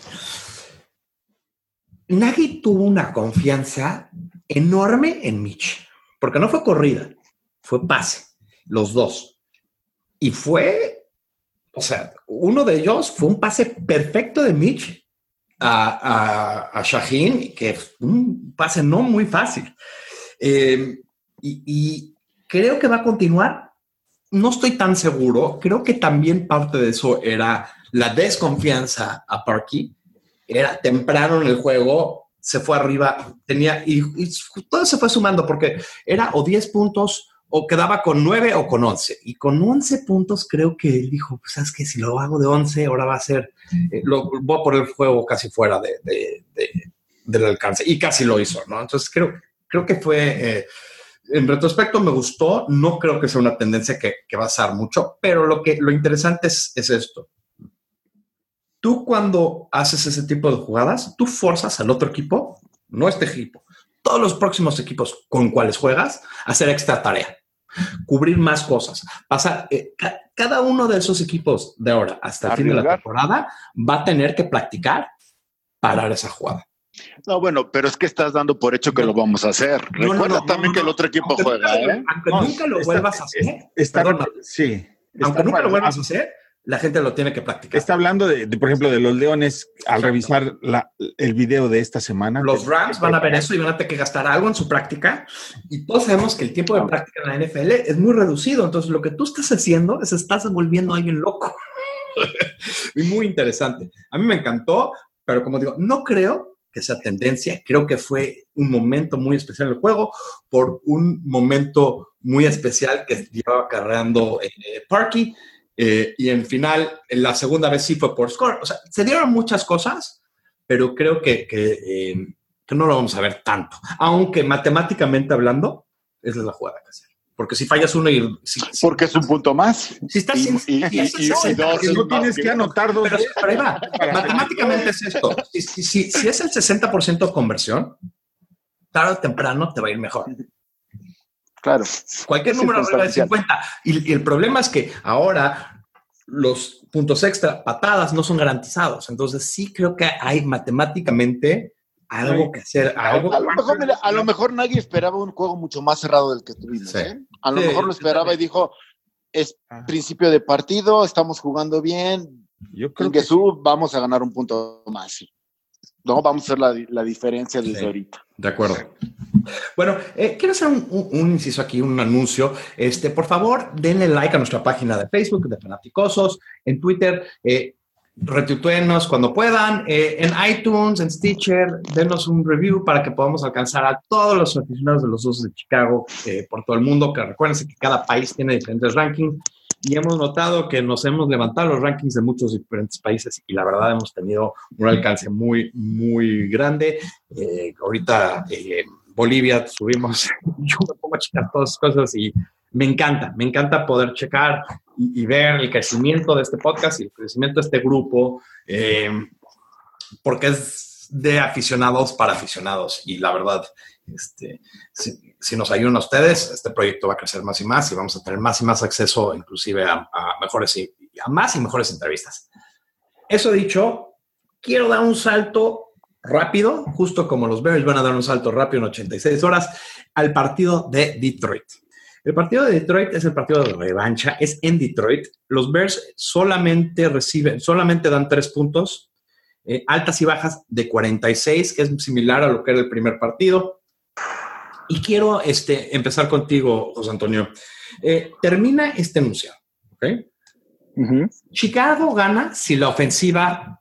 Nagy tuvo una confianza enorme en Mitch. Porque no fue corrida, fue pase. Los dos. Y fue... O sea, uno de ellos fue un pase perfecto de Mitch a Shaheen, que es un pase no muy fácil. Y creo que va a continuar. No estoy tan seguro. Creo que también parte de eso era la desconfianza a Parky. Era temprano en el juego, se fue arriba, y todo se fue sumando porque era o 10 puntos o quedaba con 9 o con 11. Y con 11 puntos creo que él dijo, pues, ¿sabes qué? Si lo hago de 11, ahora va a ser, voy a poner el juego casi fuera del alcance. Y casi lo hizo, ¿no? Entonces creo que fue, en retrospecto me gustó. No creo que sea una tendencia que va a ser mucho, pero lo interesante es esto. Tú cuando haces ese tipo de jugadas, tú forzas al otro equipo, no este equipo, todos los próximos equipos con cuales juegas, a hacer extra tarea. Cubrir más cosas. Cada uno de esos equipos de ahora hasta el fin de la temporada va a tener que practicar parar esa jugada. No, bueno, pero es que estás dando por hecho que lo vamos a hacer. Recuerda también que el otro equipo juega. Aunque nunca lo vuelvas a hacer. Aunque nunca lo vuelvas a hacer, la gente lo tiene que practicar. Está hablando por ejemplo, de los Leones. Al revisar el video de esta semana. Los Rams van a ver eso y van a tener que gastar algo en su práctica. Y todos sabemos que el tiempo de práctica en la NFL es muy reducido. Entonces, lo que tú estás haciendo es estás volviendo a alguien loco. Y muy interesante. A mí me encantó, pero como digo, no creo que sea tendencia. Creo que fue un momento muy especial en el juego por un momento muy especial que llevaba cargando Parky. Y en final, en la segunda vez sí fue por score. O sea, se dieron muchas cosas, pero creo que no lo vamos a ver tanto. Aunque matemáticamente hablando, esa es la jugada que hacer. Porque si fallas uno y... porque es un punto más. Si estás sin... no tienes que anotar 2. Pero ahí va. Matemáticamente es esto. Si es el 60% de conversión, tarde o temprano te va a ir mejor. Claro. Cualquier número arriba de 50. Y el problema es que ahora los puntos extra, patadas, no son garantizados. Entonces sí creo que hay matemáticamente algo que hacer. A lo mejor nadie esperaba un juego mucho más cerrado del que tuvimos. Sí. A lo mejor lo esperaba y dijo, es principio de partido, estamos jugando bien. Yo creo que vamos a ganar un punto más. No, vamos a hacer la diferencia desde ahorita. De acuerdo. Bueno, quiero hacer un inciso aquí, un anuncio. Por favor, denle like a nuestra página de Facebook de Fanaticosos, en Twitter, retuitúenos cuando puedan, en iTunes, en Stitcher, denos un review para que podamos alcanzar a todos los aficionados de los Osos de Chicago por todo el mundo, que recuérdense que cada país tiene diferentes rankings y hemos notado que nos hemos levantado los rankings de muchos diferentes países y la verdad hemos tenido un alcance muy, muy grande. Ahorita Bolivia subimos, yo me pongo a checar todas esas cosas y me encanta poder checar y ver el crecimiento de este podcast y el crecimiento de este grupo, porque es de aficionados para aficionados y la verdad, si nos ayudan a ustedes, este proyecto va a crecer más y más y vamos a tener más y más acceso inclusive a mejores y a más y mejores entrevistas. Eso dicho, quiero dar un salto rápido, justo como los Bears van a dar un salto rápido en 86 horas, al partido de Detroit. El partido de Detroit es el partido de revancha, es en Detroit. Los Bears solamente dan 3 puntos, altas y bajas de 46, que es similar a lo que era el primer partido. Y quiero empezar contigo, José Antonio. Termina este enunciado, ¿ok? Uh-huh. Chicago gana si la ofensiva...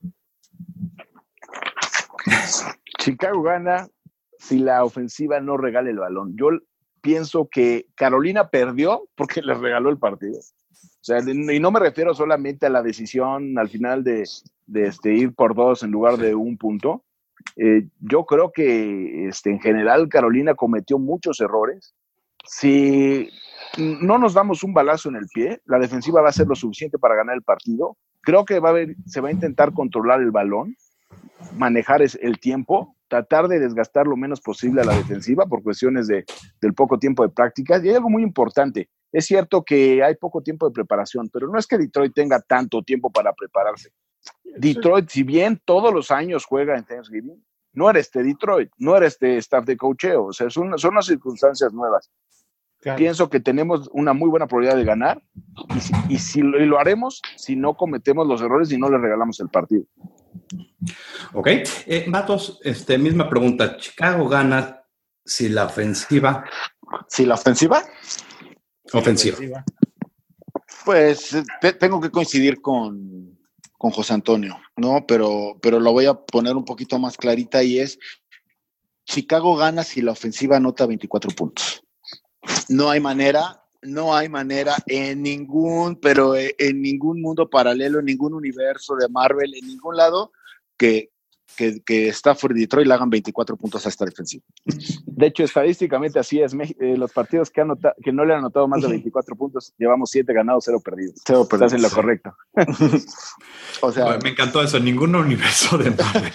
Chicago gana si la ofensiva no regala el balón. Yo pienso que Carolina perdió porque les regaló el partido. O sea, y no me refiero solamente a la decisión al final de ir por 2 en lugar de 1 punto. Yo creo que en general Carolina cometió muchos errores. Si no nos damos un balazo en el pie, la defensiva va a ser lo suficiente para ganar el partido. Creo que se va a intentar controlar el balón, manejar el tiempo, tratar de desgastar lo menos posible a la defensiva por cuestiones del poco tiempo de prácticas. Y hay algo muy importante. Es cierto que hay poco tiempo de preparación, pero no es que Detroit tenga tanto tiempo para prepararse. Detroit, si bien todos los años juega en Thanksgiving, no era Detroit, no era staff de coacheo. O sea, son unas circunstancias nuevas. Claro. Pienso que tenemos una muy buena probabilidad de ganar y lo haremos si no cometemos los errores y no le regalamos el partido. Ok. Matos, misma pregunta. ¿Chicago gana si la ofensiva? ¿Si la ofensiva? Ofensiva. Pues tengo que coincidir con José Antonio, ¿no? Pero lo voy a poner un poquito más clarita y es: Chicago gana si la ofensiva anota 24 puntos. No hay manera en ningún mundo paralelo, en ningún universo de Marvel, en ningún lado que Stafford y Detroit le hagan 24 puntos a esta defensiva. De hecho, estadísticamente así es. Los partidos que no le han anotado más de 24 puntos, llevamos 7 ganados, 0 perdidos. Estás en lo correcto. O sea, bueno, me encantó eso. Ningún universo de Marvel.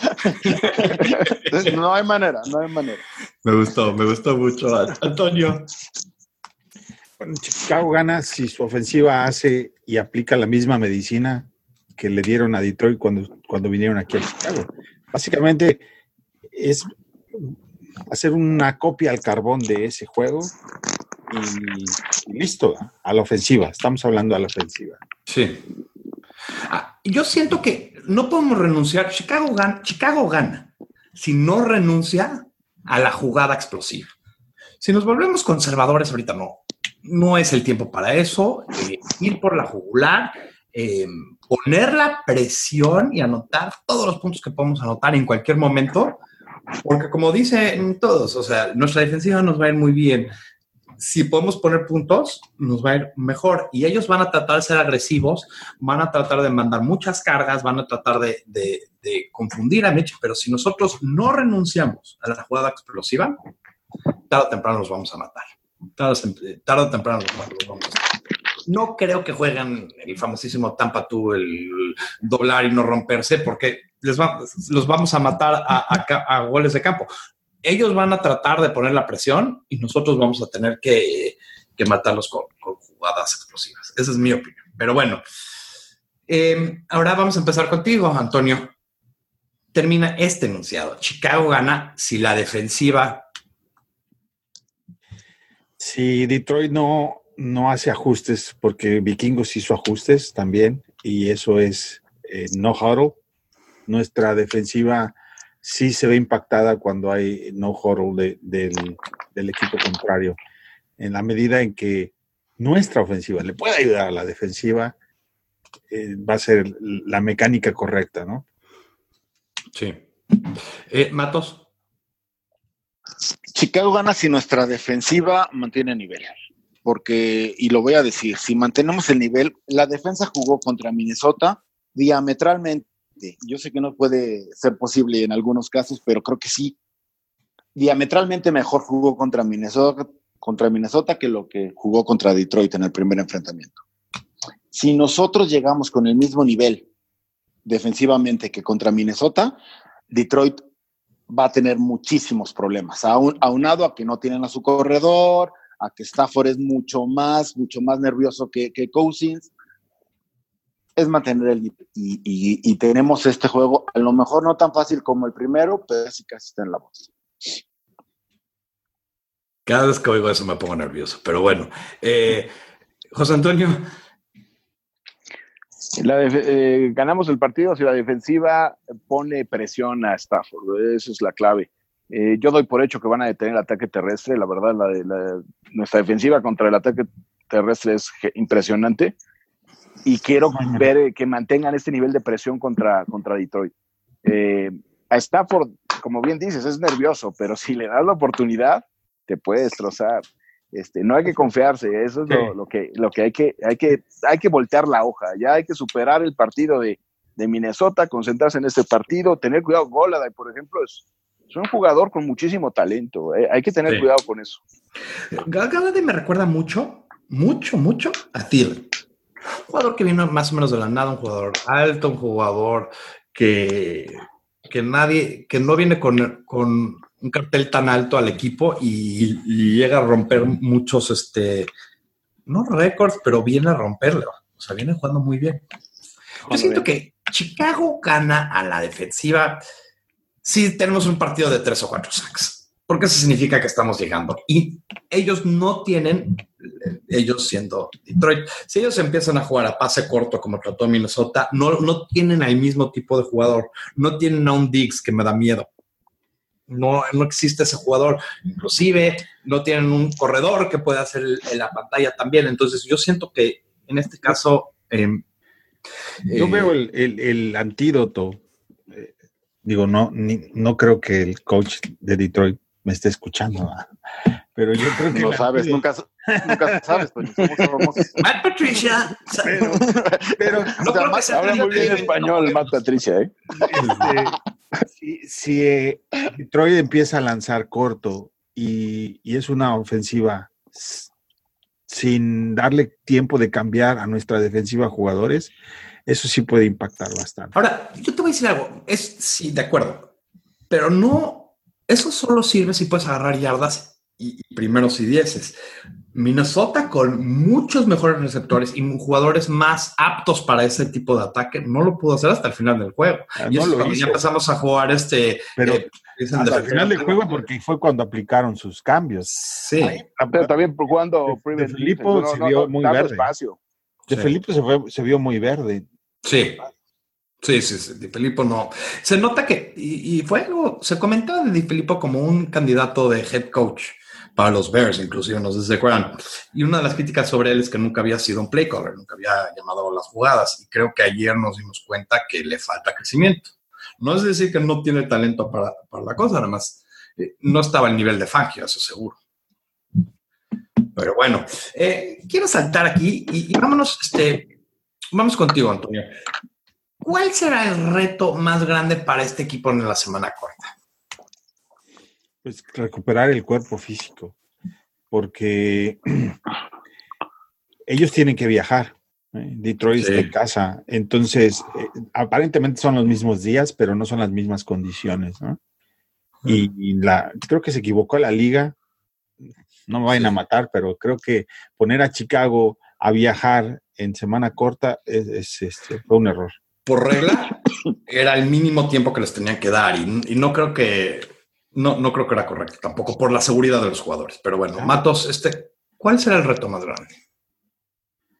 No hay manera. Me gustó mucho. Antonio. Bueno, Chicago gana si su ofensiva hace y aplica la misma medicina que le dieron a Detroit cuando vinieron aquí a Chicago. Básicamente es hacer una copia al carbón de ese juego y listo, a la ofensiva. Estamos hablando a la ofensiva. Sí. Yo siento que no podemos renunciar. Chicago gana si no renuncia a la jugada explosiva. Si nos volvemos conservadores ahorita, no es el tiempo para eso. Ir por la jugular, poner la presión y anotar todos los puntos que podemos anotar en cualquier momento, porque como dicen todos, o sea, nuestra defensiva nos va a ir muy bien. Si podemos poner puntos, nos va a ir mejor. Y ellos van a tratar de ser agresivos, van a tratar de mandar muchas cargas, van a tratar de confundir a Mitch, pero si nosotros no renunciamos a la jugada explosiva, tarde o temprano los vamos a matar. Tarde o temprano los vamos a matar. No creo que jueguen el famosísimo Tampa 2, el doblar y no romperse, porque los vamos a matar a goles de campo. Ellos van a tratar de poner la presión y nosotros vamos a tener que matarlos con jugadas explosivas. Esa es mi opinión. Pero bueno, ahora vamos a empezar contigo, Antonio. Termina este enunciado. Chicago gana si la defensiva... Si Detroit no no hace ajustes, porque Vikingos hizo ajustes también, y eso es no huddle. Nuestra defensiva sí se ve impactada cuando hay no huddle del equipo contrario. En la medida en que nuestra ofensiva le puede ayudar a la defensiva, va a ser la mecánica correcta, ¿no? Sí. Matos. Chicago gana si nuestra defensiva mantiene nivel. Porque, y lo voy a decir, si mantenemos el nivel, la defensa jugó contra Minnesota diametralmente. Yo sé que no puede ser posible en algunos casos, pero creo que sí. Diametralmente mejor jugó contra Minnesota que lo que jugó contra Detroit en el primer enfrentamiento. Si nosotros llegamos con el mismo nivel defensivamente que contra Minnesota, Detroit va a tener muchísimos problemas, aunado a que no tienen a su corredor, a que Stafford es mucho más nervioso que Cousins. Es mantener el nivel y tenemos este juego, a lo mejor no tan fácil como el primero, pero casi está en la voz. Cada vez que oigo eso me pongo nervioso, pero bueno. José Antonio. Ganamos el partido si la defensiva pone presión a Stafford, esa es la clave. Yo doy por hecho que van a detener el ataque terrestre, la verdad, nuestra defensiva contra el ataque terrestre es impresionante y quiero ver que mantengan este nivel de presión contra Detroit. A Stafford, como bien dices, es nervioso, pero si le das la oportunidad, te puede destrozar. No hay que confiarse, eso es lo que hay que voltear la hoja, ya hay que superar el partido de Minnesota, concentrarse en este partido, tener cuidado. Golladay, por ejemplo, es un jugador con muchísimo talento, hay que tener cuidado con eso. Golladay me recuerda mucho a Thielen, un jugador que vino más o menos de la nada, un jugador alto, un jugador que no viene con un cartel tan alto al equipo y llega a romper muchos, no récords, pero viene a romperlo. O sea, viene jugando muy bien. Yo siento que Chicago gana a la defensiva si tenemos un partido de 3 o 4 sacks, porque eso significa que estamos llegando. Y ellos no tienen, ellos siendo Detroit, si ellos empiezan a jugar a pase corto como trató Minnesota, no tienen al mismo tipo de jugador, no tienen a un Diggs que me da miedo. No existe ese jugador, inclusive no tienen un corredor que pueda hacer la pantalla también. Entonces yo siento que en este caso yo veo el antídoto. No creo que el coach de Detroit me esté escuchando, pero yo creo que no sabes, nunca sabes, pues somos famosos. Matt Patricia, pero no creo que sea habla muy bien español, Matt Patricia, Si Detroit empieza a lanzar corto y es una ofensiva sin darle tiempo de cambiar a nuestra defensiva jugadores, eso sí puede impactar bastante. Ahora, yo te voy a decir algo, sí, de acuerdo, pero no, eso solo sirve si puedes agarrar yardas y primeros y dieces. Minnesota, con muchos mejores receptores y jugadores más aptos para ese tipo de ataque, no lo pudo hacer hasta el final del juego. Y eso cuando ya empezamos a jugar pero hasta el final del juego, porque fue cuando aplicaron sus cambios. Sí. Pero también jugando de Filippo se vio muy verde. De Filippo se vio muy verde. Sí. De Filippo no. Se nota que, y fue algo, se comentaba de Di Filippo como un candidato de head coach para los Bears, inclusive, no sé si se acuerdan. Y una de las críticas sobre él es que nunca había sido un play caller, nunca había llamado las jugadas. Y creo que ayer nos dimos cuenta que le falta crecimiento. No es decir que no tiene talento para la cosa, nada más no estaba al nivel de Fangio, eso seguro. Pero bueno, quiero saltar aquí y vámonos, vamos contigo, Antonio. ¿Cuál será el reto más grande para este equipo en la semana corta? Pues recuperar el cuerpo físico, porque ellos tienen que viajar. Detroit está en casa, entonces aparentemente son los mismos días, pero no son las mismas condiciones, ¿no? Y creo que se equivocó la liga, no me vayan a matar, pero creo que poner a Chicago a viajar en semana corta fue un error. Por regla, era el mínimo tiempo que les tenían que dar y no creo que no creo que era correcto tampoco por la seguridad de los jugadores. Pero bueno, Matos, ¿cuál será el reto más grande?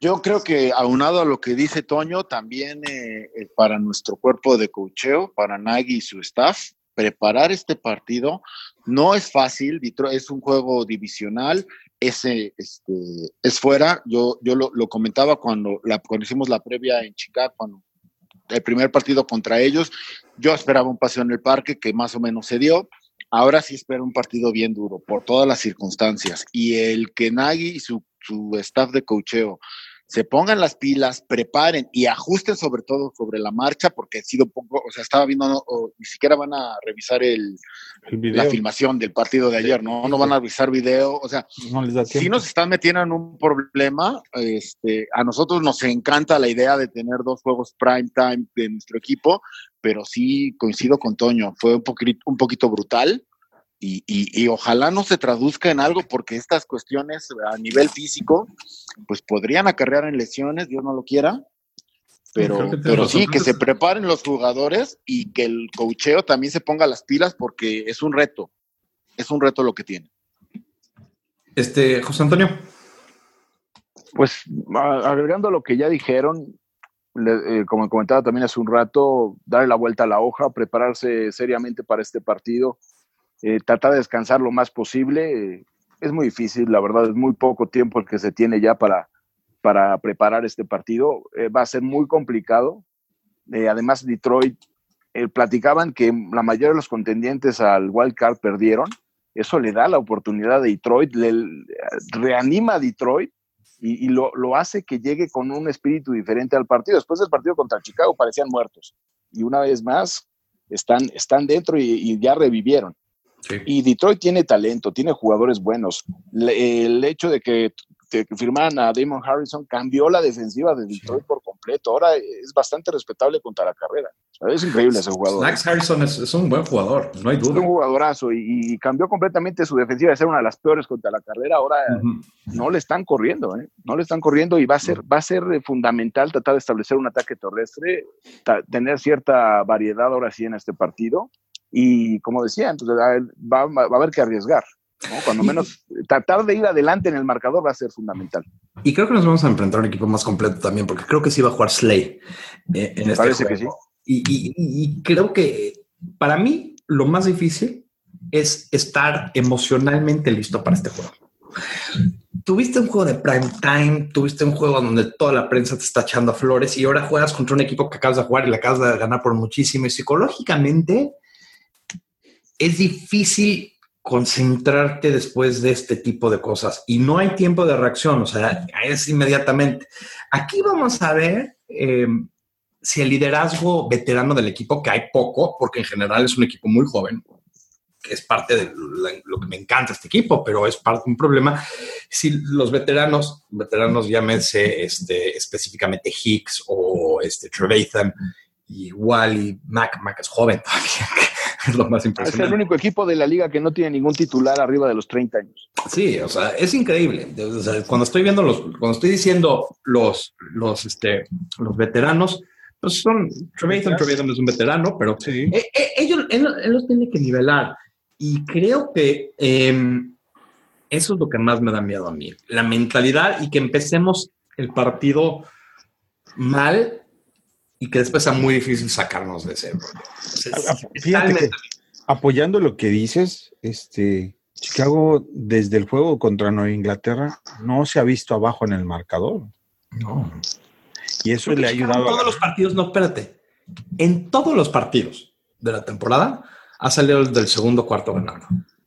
Yo creo que aunado a lo que dice Toño, también para nuestro cuerpo de coacheo, para Nagy y su staff, preparar este partido no es fácil. Detroit es un juego divisional, es fuera. Yo lo comentaba cuando hicimos la previa en Chicago, cuando el primer partido contra ellos. Yo esperaba un paseo en el parque que más o menos se dio. Ahora sí espero un partido bien duro por todas las circunstancias. Y el que Nagy y su staff de coacheo se pongan las pilas, preparen y ajusten sobre todo sobre la marcha, porque ha sido poco, o sea, estaba viendo, ni siquiera van a revisar la filmación del partido de ayer, ¿no? No van a revisar video, o sea, no les da tiempo. Si nos están metiendo en un problema, a nosotros nos encanta la idea de tener 2 juegos prime time de nuestro equipo, pero sí coincido con Toño, fue un poquito brutal. Y ojalá no se traduzca en algo, porque estas cuestiones a nivel físico pues podrían acarrear en lesiones, Dios no lo quiera, pero sí, que se preparen los jugadores y que el coacheo también se ponga las pilas, porque es un reto lo que tiene. José Antonio. Pues agregando lo que ya dijeron, como comentaba también hace un rato, darle la vuelta a la hoja, prepararse seriamente para este partido. Tratar de descansar lo más posible. Es muy difícil, la verdad, es muy poco tiempo el que se tiene ya para preparar este partido. Va a ser muy complicado. Además, Detroit, platicaban que la mayoría de los contendientes al Wild Card perdieron. Eso le da la oportunidad a Detroit, reanima a Detroit y lo hace que llegue con un espíritu diferente al partido. Después del partido contra Chicago parecían muertos. Y una vez más están dentro y ya revivieron. Sí. Y Detroit tiene talento, tiene jugadores buenos. El hecho de que firmaran a Damon Harrison cambió la defensiva de Detroit por completo. Ahora es bastante respetable contra la carrera. Es increíble ese jugador. Max Harrison es un buen jugador, no hay duda. Es un jugadorazo y cambió completamente su defensiva de ser una de las peores contra la carrera. Ahora no le están corriendo, no le están corriendo, y va a ser fundamental tratar de establecer un ataque terrestre, tener cierta variedad ahora sí en este partido. Y como decía, entonces va a haber que arriesgar, ¿no? Cuando menos tratar de ir adelante en el marcador va a ser fundamental. Y creo que nos vamos a enfrentar a un equipo más completo también, porque creo que sí va a jugar Slay en este Parece juego. Que sí. Y creo que para mí lo más difícil es estar emocionalmente listo para este juego. Tuviste un juego de prime time, tuviste un juego donde toda la prensa te está echando flores, y ahora juegas contra un equipo que acabas de jugar y le acabas de ganar por muchísimo, y psicológicamente es difícil concentrarte después de este tipo de cosas, y no hay tiempo de reacción, o sea, es inmediatamente. Aquí vamos a ver si el liderazgo veterano del equipo, que hay poco, porque en general es un equipo muy joven, que es parte de lo que me encanta este equipo, pero es parte de un problema. Si los veteranos llámense específicamente Hicks o Trevathan, igual, y Mac es joven todavía, es lo más impresionante. Es el único equipo de la liga que no tiene ningún titular arriba de los 30 años. Sí, o sea, es increíble. O sea, cuando estoy diciendo los veteranos, pues son Trevathan es un veterano, pero sí. Él los tiene que nivelar. Y creo que eso es lo que más me da miedo a mí. La mentalidad, y que empecemos el partido mal y que después sea muy difícil sacarnos de ese. Fíjate que, apoyando lo que dices, Chicago desde el juego contra Nueva Inglaterra no se ha visto abajo en el marcador. No. Y eso le ha ayudado. En todos los partidos, no, espérate. En todos los partidos de la temporada ha salido del segundo cuarto ganando.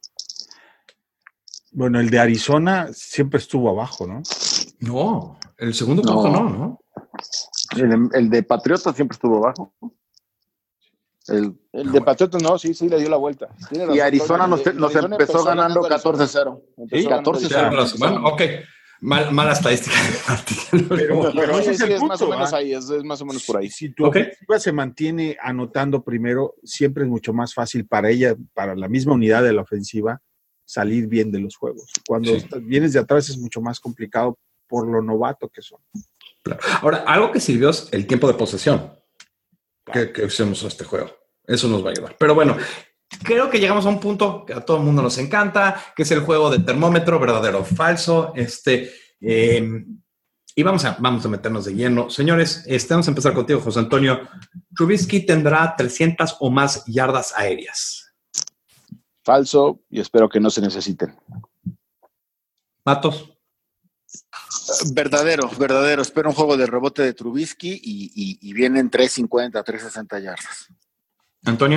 Bueno, el de Arizona siempre estuvo abajo, ¿no? No, el segundo cuarto no. El de Patriotas siempre estuvo abajo. El de Patriotas no, sí le dio la vuelta. Y Arizona nos empezó ganando 14-0. Sí, 14-0. Bueno, ok. Mala estadística de partido. Pero ese es el punto, más o menos ahí, es más o menos por ahí. Si tu ofensiva se mantiene anotando primero, siempre es mucho más fácil para ella, para la misma unidad de la ofensiva, salir bien de los juegos. Cuando vienes de atrás es mucho más complicado por lo novato que son. Claro. Ahora, algo que sirvió es el tiempo de posesión que usemos en este juego. Eso nos va a ayudar. Pero bueno, creo que llegamos a un punto que a todo el mundo nos encanta, que es el juego de termómetro, verdadero o falso. Y vamos a meternos de lleno. Señores, vamos a empezar contigo, José Antonio. Trubisky tendrá 300 o más yardas aéreas. Falso, y espero que no se necesiten. Matos. Verdadero. Espero un juego de rebote de Trubisky y vienen 350, 360 yardas. Antonio.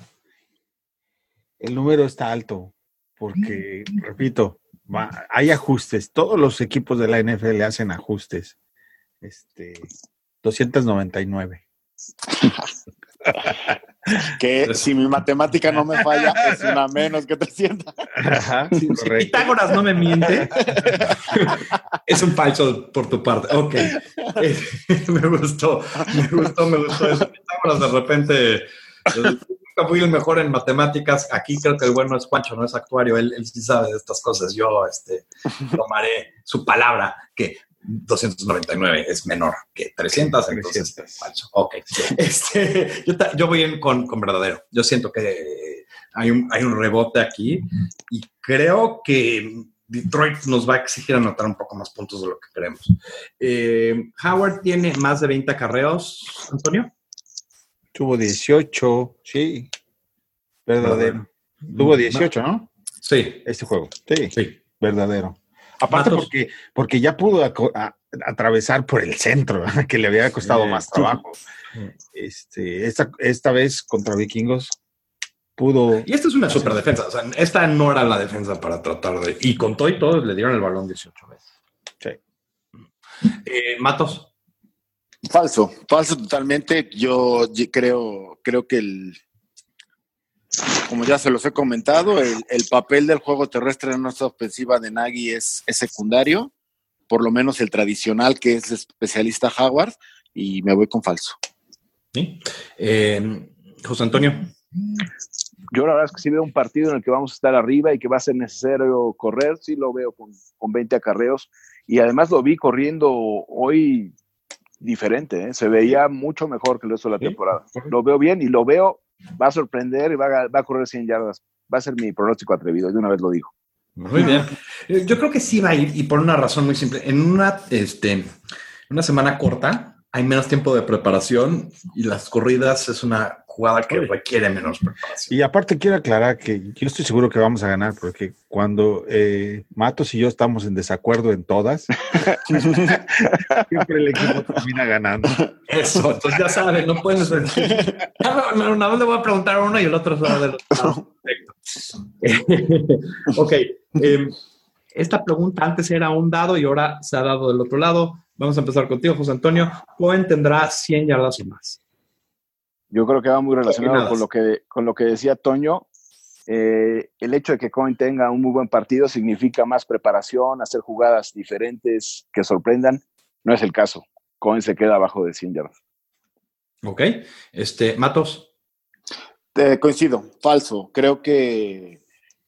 El número está alto porque, repito, hay ajustes. Todos los equipos de la NFL hacen ajustes. 299. Que si mi matemática no me falla, es una menos que 300. Ajá, Si Pitágoras no me miente, es un falso por tu parte. Ok. Me gustó eso. Pitágoras de repente... Nunca fui el mejor en matemáticas. Aquí creo que el bueno es Juancho, no es actuario. Él sí sabe de estas cosas. Yo tomaré su palabra que 299 es menor que 300, entonces falso. Ok. Yo voy con verdadero. Yo siento que hay un rebote aquí y creo que Detroit nos va a exigir anotar un poco más puntos de lo que queremos. Howard tiene más de 20 acarreos, Antonio. Tuvo 18, sí. Verdadero. Tuvo 18, ¿no? Sí. Este juego. Sí. Verdadero. Aparte porque ya pudo atravesar por el centro, que le había costado más trabajo. Esta vez contra Vikingos pudo... Y esta es una super defensa. O sea, esta no era la defensa para tratar de... Y con todo y todo le dieron el balón 18 veces. Sí. Matos. Falso totalmente. Yo creo que como ya se los he comentado, el papel del juego terrestre en nuestra ofensiva de Nagy es secundario, por lo menos el tradicional que es especialista Howard, y me voy con falso. ¿Sí? José Antonio. Yo la verdad es que sí veo un partido en el que vamos a estar arriba y que va a ser necesario correr. Sí lo veo con 20 acarreos, y además lo vi corriendo hoy diferente, ¿eh? Se veía mucho mejor que el resto de la temporada. Lo veo bien y lo veo, va a sorprender y va a correr 100 yardas. Va a ser mi pronóstico atrevido, de una vez lo digo. Muy bien. Yo creo que sí va a ir, y por una razón muy simple. En una semana corta hay menos tiempo de preparación y las corridas es una jugada que requiere menos preparación. Y aparte quiero aclarar que yo estoy seguro que vamos a ganar, porque cuando Matos y yo estamos en desacuerdo en todas, siempre el equipo termina ganando. Eso, entonces ya saben, no puedes decir. Una vez le voy a preguntar a uno y el otro se va del otro. Ok. Esta pregunta antes era un dado y ahora se ha dado del otro lado. Vamos a empezar contigo, José Antonio. Cohen tendrá 100 yardas o más. Yo creo que va muy relacionado con lo que decía Toño. El hecho de que Cohen tenga un muy buen partido significa más preparación, hacer jugadas diferentes que sorprendan. No es el caso. Cohen se queda abajo de 100 yardas. Ok. Matos. Coincido, falso. Creo que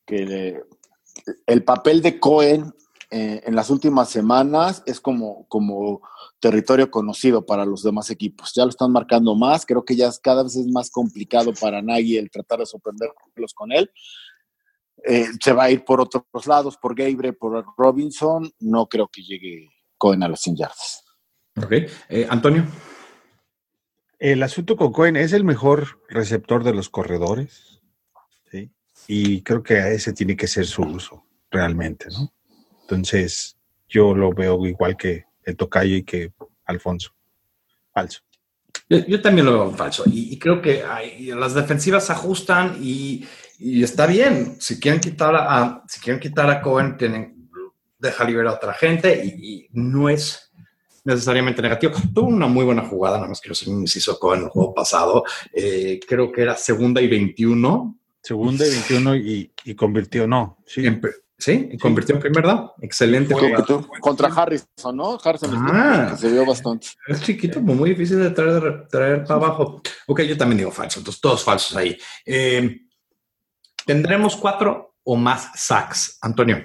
el papel de Cohen en las últimas semanas es como territorio conocido para los demás equipos. Ya lo están marcando más. Creo que ya cada vez es más complicado para Nagy el tratar de sorprenderlos con él. Se va a ir por otros lados, por Gabriel, por Robinson. No creo que llegue Cohen a los 100 yardas. Ok. Antonio. El asunto con Cohen es el mejor receptor de los corredores, ¿sí? Y creo que ese tiene que ser su uso, realmente, ¿no? Entonces, yo lo veo igual que el tocayo y que Alfonso. Falso. Yo también lo veo falso. Y creo que las defensivas se ajustan y está bien. Si quieren quitar a Cohen, deja libre a otra gente y no es necesariamente negativo. Tuvo una muy buena jugada, nada más quiero hacer un inciso Cohen en el juego pasado. Creo que era 2nd y 21. 2nd y 21 y convirtió, no. Sí. Sí, convirtió en primer down. Excelente. Contra Harrison, ¿no? Harrison que se vio bastante. Es chiquito, muy difícil de traer para abajo. Ok, yo también digo falso, entonces todos falsos ahí. ¿Tendremos 4 o más sacks, Antonio?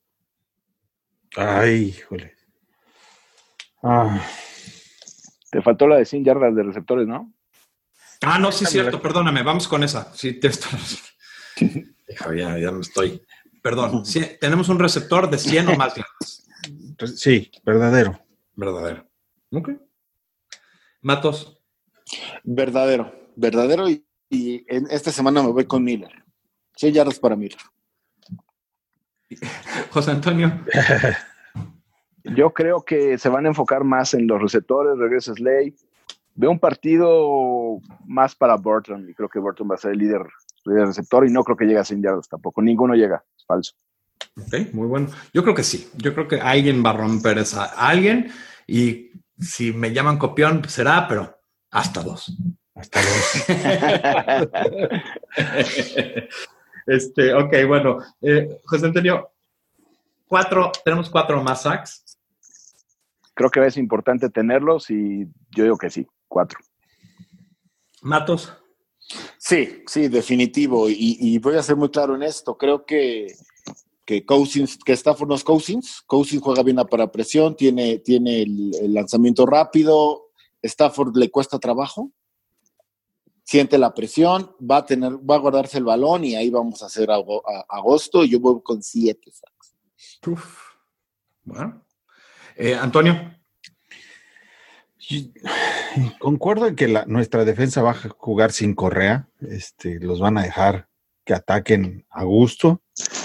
Ay, híjole. Te faltó la de 100 yardas de receptores, ¿no? No, sí es cierto, perdóname, vamos con esa. Sí, ya me estoy... Perdón, sí, tenemos un receptor de 100 o más yardas. Sí, verdadero. Verdadero. Ok. Matos. Verdadero y en esta semana me voy con Miller. 6 yardas para Miller. José Antonio. Yo creo que se van a enfocar más en los receptores, regresa Slay. Veo un partido más para Burton y creo que Burton va a ser el líder receptor y no creo que llegue a 100 yardas tampoco. Ninguno llega, es falso. Ok, muy bueno. Yo creo que sí. Yo creo que alguien va a romper esa alguien y si me llaman copión será, pero hasta 2. Hasta 2. Ok, bueno. José Antonio, tenemos 4 más sacks. Creo que es importante tenerlos y yo digo que sí, 4. Matos. Sí, definitivo. Y voy a ser muy claro en esto. Creo que Cousins, que Stafford no es Cousins. Cousins juega bien para presión, tiene el lanzamiento rápido. Stafford le cuesta trabajo. Siente la presión, va a guardarse el balón y ahí vamos a hacer agosto. Yo voy con 7 sacks. Bueno. Antonio. Concuerdo en que nuestra defensa va a jugar sin Correa. Los van a dejar que ataquen a gusto.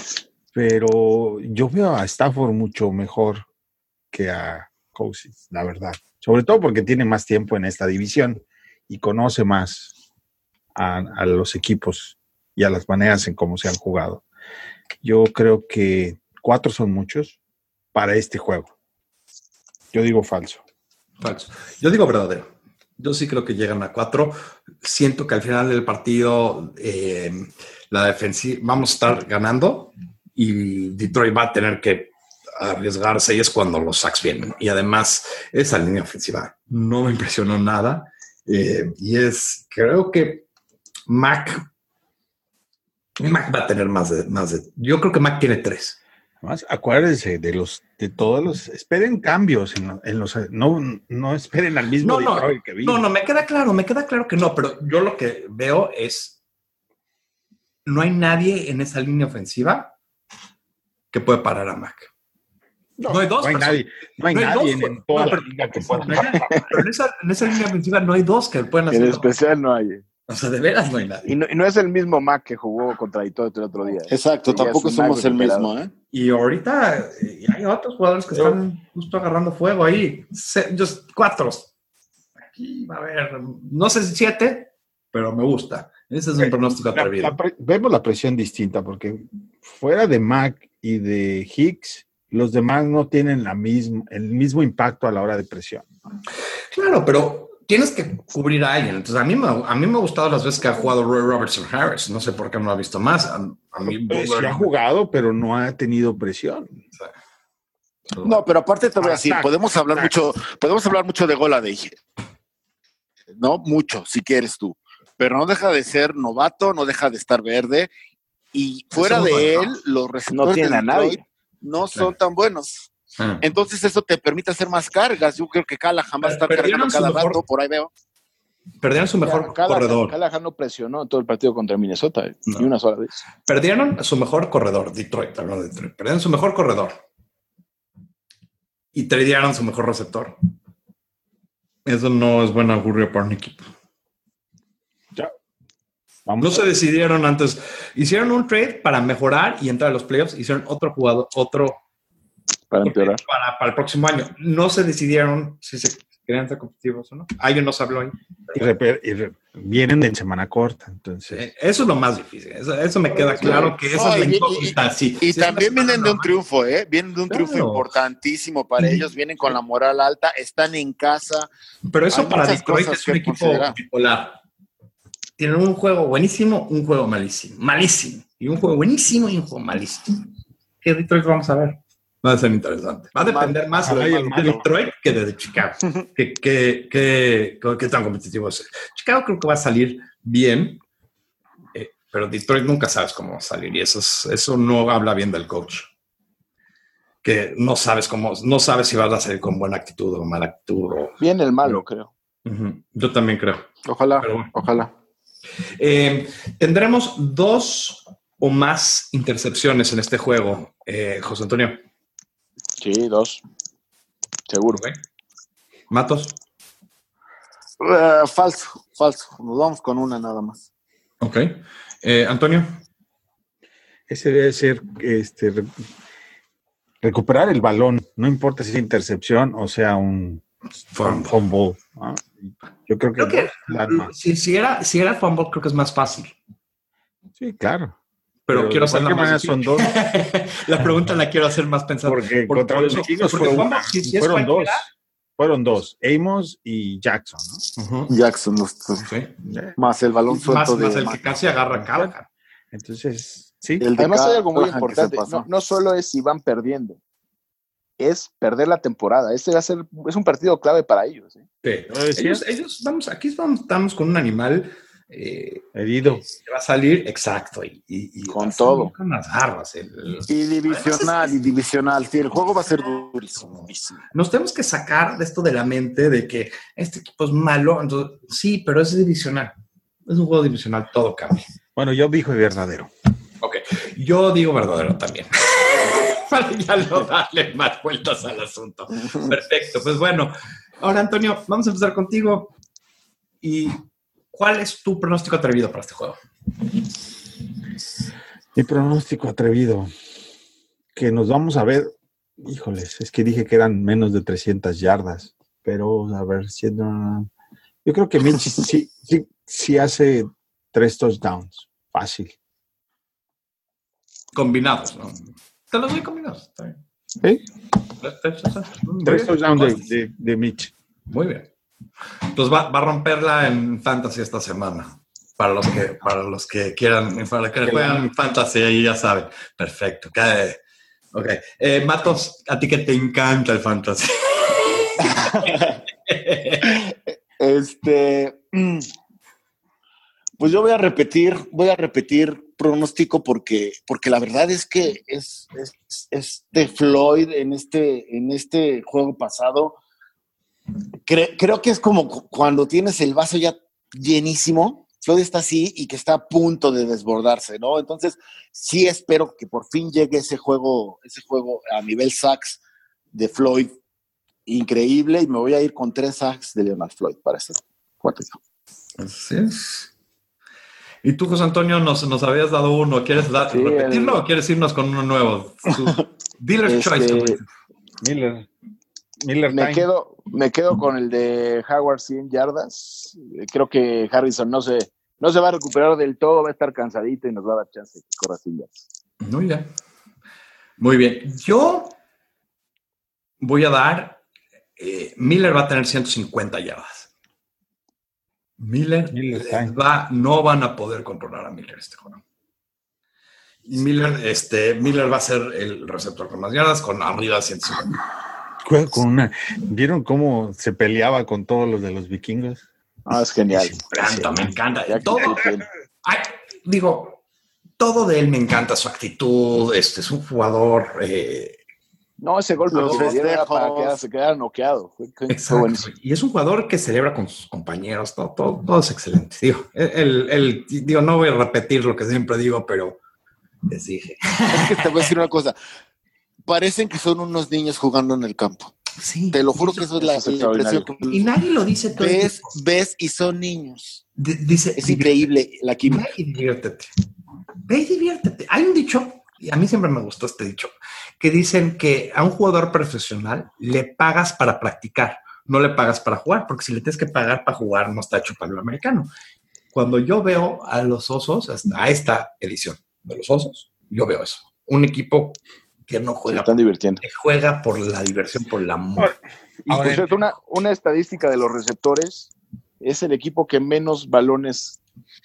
Pero yo veo a Stafford mucho mejor que a Cousins, la verdad. Sobre todo porque tiene más tiempo en esta división y conoce más a los equipos y a las maneras en cómo se han jugado. Yo creo que 4 son muchos para este juego. Yo digo falso. Falso. Yo digo verdadero. Yo sí creo que llegan a 4. Siento que al final del partido la defensiva vamos a estar ganando y Detroit va a tener que arriesgarse y es cuando los sacks vienen. Y además esa línea ofensiva no me impresionó nada creo que Mac va a tener más de. Yo creo que Mac tiene 3. Además, acuérdense de todos los. Esperen cambios no esperen al mismo Detroit que vino. No, me queda claro que no, pero yo lo que veo es no hay nadie en esa línea ofensiva que puede parar a Mac. No hay dos. No hay nadie. No hay nadie en toda la liga que pueda. Pero en esa línea ofensiva no hay 2 que puedan hacer. En especial no hay. O sea, de veras no hay nadie. Y no es el mismo Mac que jugó contra Detroit el otro día. Exacto, tampoco somos el mismo, ¿eh? Y ahorita hay otros jugadores que están justo agarrando fuego ahí. 4. Aquí va a haber, no sé si 7, pero me gusta. Ese es un pronóstico atrevido. Vemos la presión distinta porque fuera de Mac y de Hicks, los demás no tienen el mismo impacto a la hora de presión. Claro, pero tienes que cubrir a alguien. Entonces, a mí me ha gustado las veces que ha jugado Roy Robertson Harris. No sé por qué no lo ha visto más. A mí sí ha jugado, pero no ha tenido presión. No, pero aparte te voy a decir, podemos hablar mucho de Golladay. No, mucho, si quieres tú. Pero no deja de ser novato, no deja de estar verde. Y fuera de él, los receptores no tienen a nadie. No son tan buenos. Entonces eso te permite hacer más cargas. Yo creo que Callahan va a estar cargando cada rato, por ahí veo. Perdieron su mejor corredor. Callahan no presionó todo el partido contra Minnesota, ni una sola vez. Perdieron su mejor corredor, Detroit. Perdieron su mejor corredor. Y tradearon su mejor receptor. Eso no es buen augurio para un equipo. Ya. No se decidieron antes. Hicieron un trade para mejorar y entrar a los playoffs. Hicieron otro jugador, para empeorar. Para el próximo año. No se decidieron si se querían ser competitivos o no. Alguien nos habló ahí. Y vienen en semana corta. Entonces. Eso es lo más difícil. Eso me queda claro que esa es la incógnita. Y también vienen de un triunfo, ¿eh? Vienen de un triunfo importantísimo para ellos. Vienen con la moral alta. Están en casa. Pero eso para Detroit es un equipo bipolar. Tienen un juego buenísimo, un juego malísimo. Malísimo. Y un juego buenísimo y un juego malísimo. ¿Qué Detroit vamos a ver? Va a ser interesante. Va a depender más de Detroit que de Chicago. ¿Qué tan competitivo es? Chicago creo que va a salir bien, pero Detroit nunca sabes cómo va a salir. Y eso no habla bien del coach. Que no sabes si vas a salir con buena actitud o mala actitud. Bien el malo, creo. Yo también creo. Ojalá, ojalá. Tendremos 2 o más intercepciones en este juego, José Antonio. Sí, 2. Seguro. Matos. Falso. Nos vamos con una nada más. Ok. Antonio. Ese debe ser recuperar el balón, no importa si es intercepción o sea un fumble. ¿No? Yo creo que si era fumble, creo que es más fácil. Sí, claro. Pero quiero hacer más son dos. La pregunta la quiero hacer más pensada. Porque contra los vikingos fueron dos, Amos y Jackson, ¿no? Uh-huh. Jackson, sí. Más el balón suelto más el que casi agarra Callahan. Entonces, sí. Además hay algo muy importante, no solo es si van perdiendo, es perder la temporada. Es un partido clave para ellos. Sí. Ellos estamos con un animal herido. Que va a salir, exacto, y con todo. Con las garras. Y divisional. Sí, el juego va a ser durísimo. Nos tenemos que sacar de esto de la mente de que este equipo es malo. Entonces, sí, pero es divisional. Es un juego divisional, todo cambia. Bueno, yo digo verdadero. Ok, yo digo verdadero también. Para ya no darle más vueltas al asunto. Perfecto, pues bueno. Ahora, Antonio, vamos a empezar contigo. ¿Y cuál es tu pronóstico atrevido para este juego? Mi pronóstico atrevido. Que nos vamos a ver. Híjoles, es que dije que eran menos de 300 yardas. Pero, a ver, yo creo que Mitch sí hace 3 touchdowns. Fácil. Combinados, ¿no? Te los doy combinados. Está bien. ¿Sí? 3 touchdowns de Mitch. Muy bien. Entonces va a romperla en Fantasy esta semana. Para los que quieran, para los que juegan Fantasy, ahí ya saben. Perfecto. Ok. Matos, a ti que te encanta el Fantasy. Pues yo voy a repetir pronóstico porque la verdad es que es de Floyd en este juego pasado. Creo que es como cuando tienes el vaso ya llenísimo, Floyd está así y que está a punto de desbordarse, ¿no? Entonces, sí espero que por fin llegue ese juego a nivel sacks de Floyd increíble, y me voy a ir con 3 sacks de Leonard Floyd para ese partido. Así es. Y tú, José Antonio, nos habías dado uno. ¿Quieres repetirlo o quieres irnos con uno nuevo? Dealer's Choice. Miller me quedo con el de Howard 100 yardas. Creo que Harrison no se va a recuperar del todo, va a estar cansadito y nos va a dar chance de que corra 100 yardas. Muy bien. Yo voy a dar Miller va a tener 150 yardas. Miller no van a poder controlar a Miller este juego. Miller va a ser el receptor con más yardas, con arriba de 150. ¿Vieron cómo se peleaba con todos los de los vikingos? Es genial. Me encanta. Todo de él me encanta, su actitud. Es un jugador. Ese golpe era para quedar noqueado. Fue buenísimo. Y es un jugador que celebra con sus compañeros. Todo es excelente. No voy a repetir lo que siempre digo, pero les dije. Es que te voy a decir una cosa. Parecen que son unos niños jugando en el campo. Sí. Te lo juro que eso es la impresión. Y nadie lo dice todo. Ves y son niños. Es increíble la química. Ve y diviértete. Hay un dicho, y a mí siempre me gustó este dicho, que dicen que a un jugador profesional le pagas para practicar, no le pagas para jugar, porque si le tienes que pagar para jugar, no está hecho para el americano. Cuando yo veo a los Osos, a esta edición de los Osos, yo veo eso. Un equipo que no juega. Se están divirtiendo. Que juega por la diversión, por el amor. Y por cierto, una estadística de los receptores, es el equipo que menos balones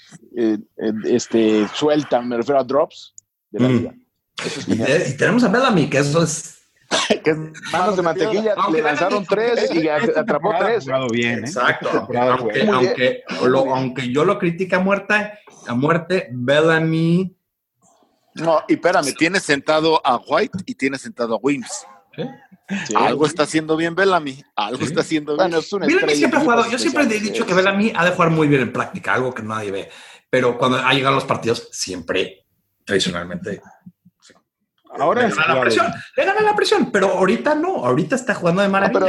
sueltan, me refiero a drops de la liga. Eso es genial. Y tenemos a Bellamy, que eso es... que manos de mantequilla, le lanzaron 3 y atrapó 3. Bien, exacto. Aunque yo lo critique a muerte, Bellamy... No, y espérame, tienes sentado a White y tienes sentado a Wims. Sí, algo está haciendo bien Bellamy. Está haciendo bien. Bellamy siempre ha jugado. Yo siempre he dicho que Bellamy ha de jugar muy bien en práctica, algo que nadie ve. Pero cuando ha llegado a los partidos, siempre, tradicionalmente, ahora le gana la presión. Pero ahorita no. Ahorita está jugando de maravilla. Pero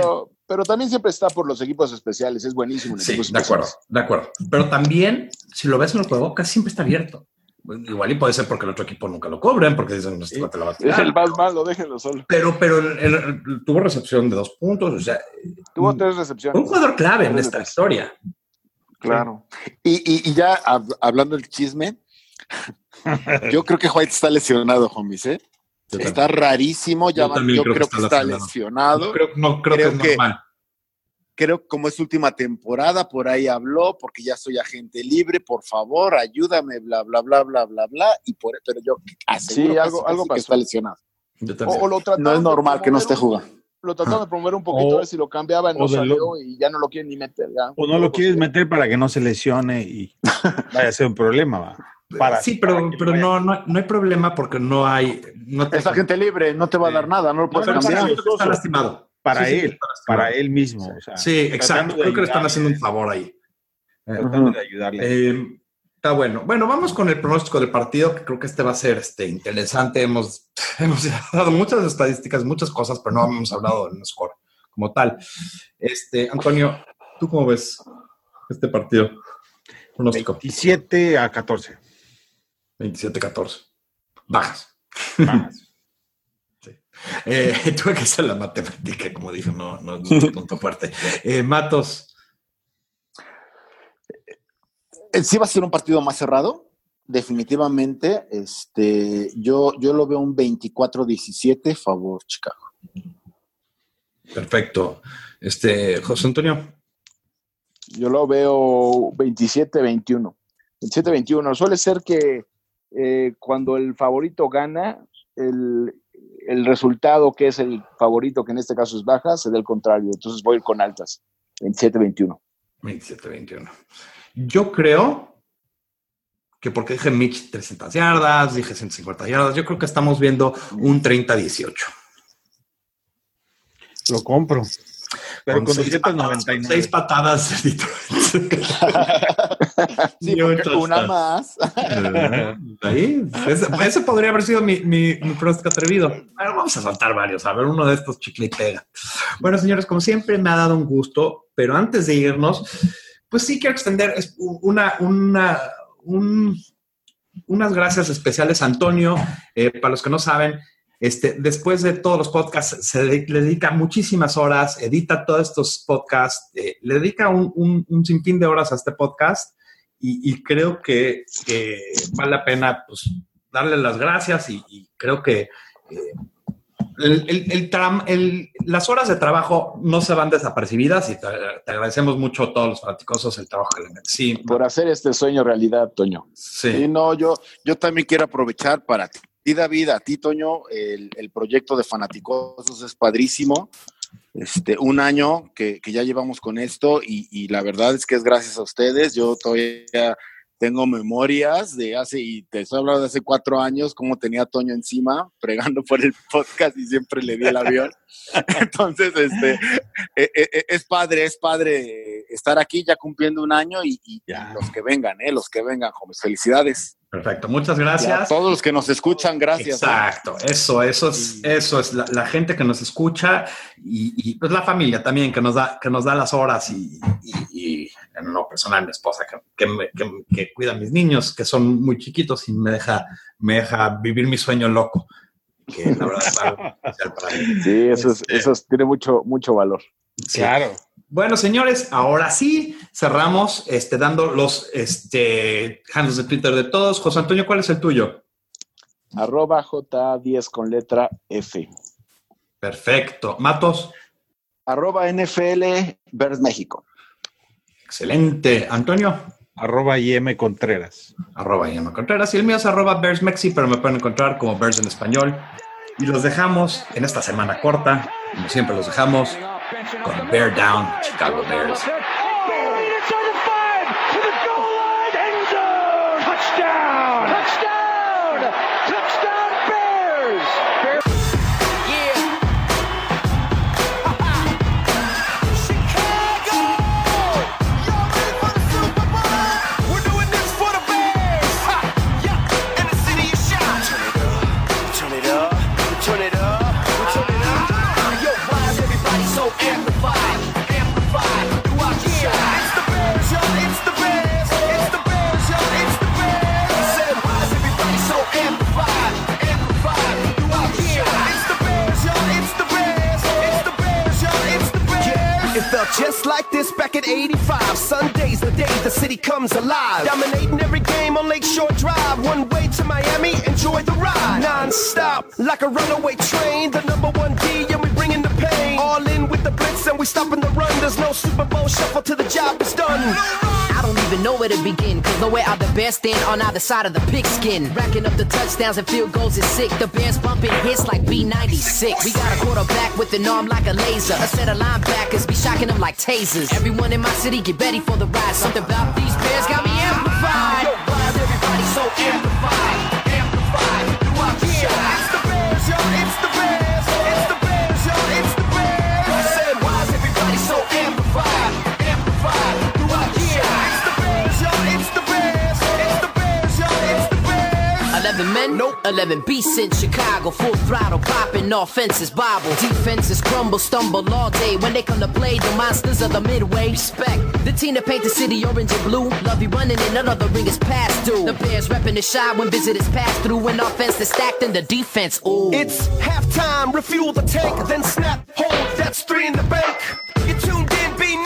Pero también siempre está por los equipos especiales, es buenísimo. Sí, de acuerdo. Pero también, si lo ves en el juego, casi siempre está abierto. Igual y puede ser porque el otro equipo nunca lo cobren, porque dicen, no, te lo va a tirar. Es el más malo, déjenlo solo. Pero tuvo recepción de 2 puntos, o sea... Tuvo 3 recepciones. Un jugador clave en esta historia. Claro. Y ya hablando del chisme, yo creo que White está lesionado, homies, ¿eh? Está rarísimo, yo creo que está lesionado. No creo que es normal. Creo que como es su última temporada, por ahí habló, porque ya soy agente libre, por favor, ayúdame, bla, bla, bla, bla, bla, bla. Pero yo aseguro algo que está lesionado. O lo no es normal que no esté jugando. Lo trataron de promover un poquito, a ver si lo cambiaba, no salió y ya no lo quieren ni meter. Ya. O no lo quieres meter para que no se lesione y vaya a ser un problema, va. Pero no hay problema porque no hay... Es agente libre, no te va a dar nada, no lo puedes cambiar. Está lastimado. Para él mismo. O sea, sí, exacto. Creo que le están haciendo un favor ahí. Tratando de ayudarle. Está bueno. Bueno, vamos con el pronóstico del partido, que creo que este va a ser interesante. Hemos dado muchas estadísticas, muchas cosas, pero no hemos hablado del score como tal. Antonio, ¿tú cómo ves este partido? Pronóstico. 27-14. 27-14. Bajas. Sí. Tuve que hacer la matemática, como dije, no es un punto fuerte. Matos. Sí va a ser un partido más cerrado, definitivamente. Yo lo veo un 24-17 favor Chicago. Perfecto. José Antonio. Yo lo veo 27-21. 27-21. Suele ser que cuando el favorito gana, el resultado que es el favorito, que en este caso es baja, se da el contrario. Entonces voy a ir con altas. 27-21. 27-21. Yo creo que porque dije Mitch 300 yardas, dije 150 yardas, yo creo que estamos viendo un 30-18. Lo compro. Pero con 299. 6 patadas. Sí, una más. Ahí, ese podría haber sido mi pronóstico atrevido. Pero vamos a saltar varios. A ver, uno de estos chicle y pega. Bueno, señores, como siempre me ha dado un gusto, pero antes de irnos, pues sí quiero extender unas gracias especiales a Antonio. Para los que no saben, después de todos los podcasts, le dedica muchísimas horas, edita todos estos podcasts, le dedica un sinfín de horas a este podcast y creo que vale la pena pues, darle las gracias y creo que las horas de trabajo no se van desapercibidas y te agradecemos mucho a todos los fanaticosos el trabajo que le meten. Sí, por hacer este sueño realidad, Toño. Sí. Y no, yo también quiero aprovechar para ti, David, a ti, Toño, el proyecto de Fanaticosos es padrísimo. Un año que ya llevamos con esto y la verdad es que es gracias a ustedes. Yo todavía tengo memorias y te estoy hablando de hace 4 años, cómo tenía a Toño encima, pregando por el podcast y siempre le di el avión. Entonces, es padre estar aquí ya cumpliendo un año y los que vengan, jóvenes, felicidades. Perfecto, muchas gracias. Y a todos los que nos escuchan, gracias. Exacto, eso es la gente que nos escucha y pues la familia también que nos da las horas y en lo personal mi esposa que cuida a mis niños que son muy chiquitos y me deja vivir mi sueño loco, que la verdad es algo especial para mí. Sí, eso tiene mucho valor. Sí. Claro. Bueno, señores, ahora sí cerramos dando los handles de Twitter de todos. José Antonio, ¿cuál es el tuyo? @J10 con letra F. Perfecto. Matos. @NFL Bears México. Excelente. Antonio. @IM Contreras. @IM Contreras. Y el mío es @Bears Mexi, pero me pueden encontrar como Bears en español. Y los dejamos en esta semana corta, como siempre los dejamos, con Bear Down, Chicago Bears. Turn it up. Yo, why is everybody so amplified? 85, Sundays the day the city comes alive. Dominating every game on Lakeshore Drive. One way to Miami, enjoy the ride. Non-stop, like a runaway train. The number one D and we bring in the pain. All in with the blitz and we stopping the run. There's no Super Bowl shuffle till the job is done. I don't even know where to begin, cause nowhere are the Bears stand on either side of the pigskin. Racking up the touchdowns and field goals is sick. The Bears bumping hits like B96. We got a quarterback with an arm like a laser. A set of linebackers be shocking them like tasers. Everyone in my city get ready for the ride. Something about these Bears got me amplified. Yo, why is everybody so amplified? Amplified throughout the show. It's the Bears, yo, it's the Bears. It's the Bears, yo, it's the Bears. I said, why is everybody so amplified? Amplified throughout the show. It's the Bears, yo, it's the Bears. It's the Bears, yo, it's the Bears. 11 men, nope. 11 beasts in Chicago, full throttle popping, offenses bobble, defenses crumble, stumble all day. When they come to play, the monsters of the midway. Respect the team that paint the city orange and blue. Love you running and none of the ring is past due. The Bears repping the shot when visitors pass through. When offense is stacked in the defense, ooh. It's halftime, refuel the tank, then snap, hold, that's 3 in the bank. You tuned in,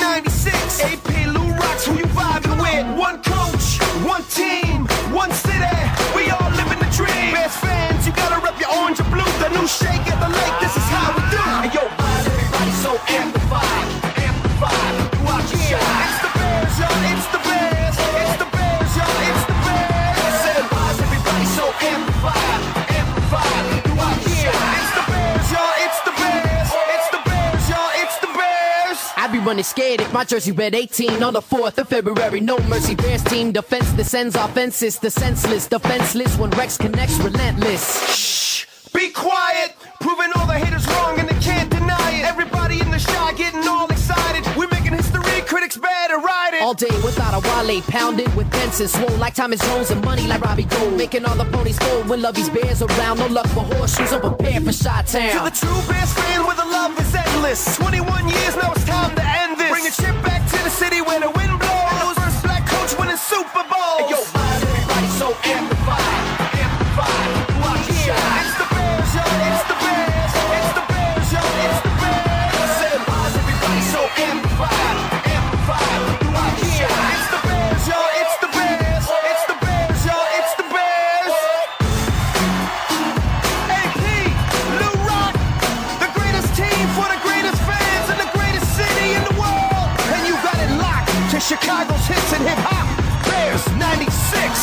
B96, AP Lou Rocks, who you vibing with? One coach, one team, one city, we all living the dream. Bears fans, you gotta rep your orange and blue. The new shake at the lake, this is how we do. Hey yo, why is everybody so amplified? Amplified throughout the show. It's the Bears, yo, it's the Bears. It's the Bears, yo, it's the Bears. I said, why is everybody so amplified? Amplified throughout the show. It's the Bears, yo, it's the Bears. It's the Bears, yo, it's the Bears. I'd be running scared if my jersey read 18 on the 4th of February. No mercy, Bears team defense descends offenses. The senseless, defenseless when Rex connects relentless. Shh, be quiet. Proving all the haters wrong and they can't deny it. Everybody in the shot getting all excited. We're making history, critics better ride it. All day without a Wale, pounding with pence and swole like Thomas Jones and money like Robbie Gold. Making all the ponies fold when Lovey's Bears around. No luck for horseshoes, I'm prepared for Chi-Town. To the true Bears fan where the love is endless. 21 years, now it's time to end this. Bring a chip back to the city where the wind blows. And those first black coach winning Super Bowls. Hey yo, why is everybody so amplified? Amplified throughout the show. It's the Bears, yo, it's the Bears. It's the Bears, yo, it's the Bears. I said, why is everybody so amplified? Amplified throughout the show. It's the Bears, yo, it's the Bears. It's the Bears, yo, it's the Bears. AP, Lou Rock, the greatest team for the greatest fans in the greatest city in the world. And you got it locked to Chicago's hits and hip hop. Bears 96,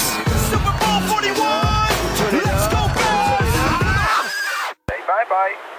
Super Bowl 41. Let's go Bears. Bye bye.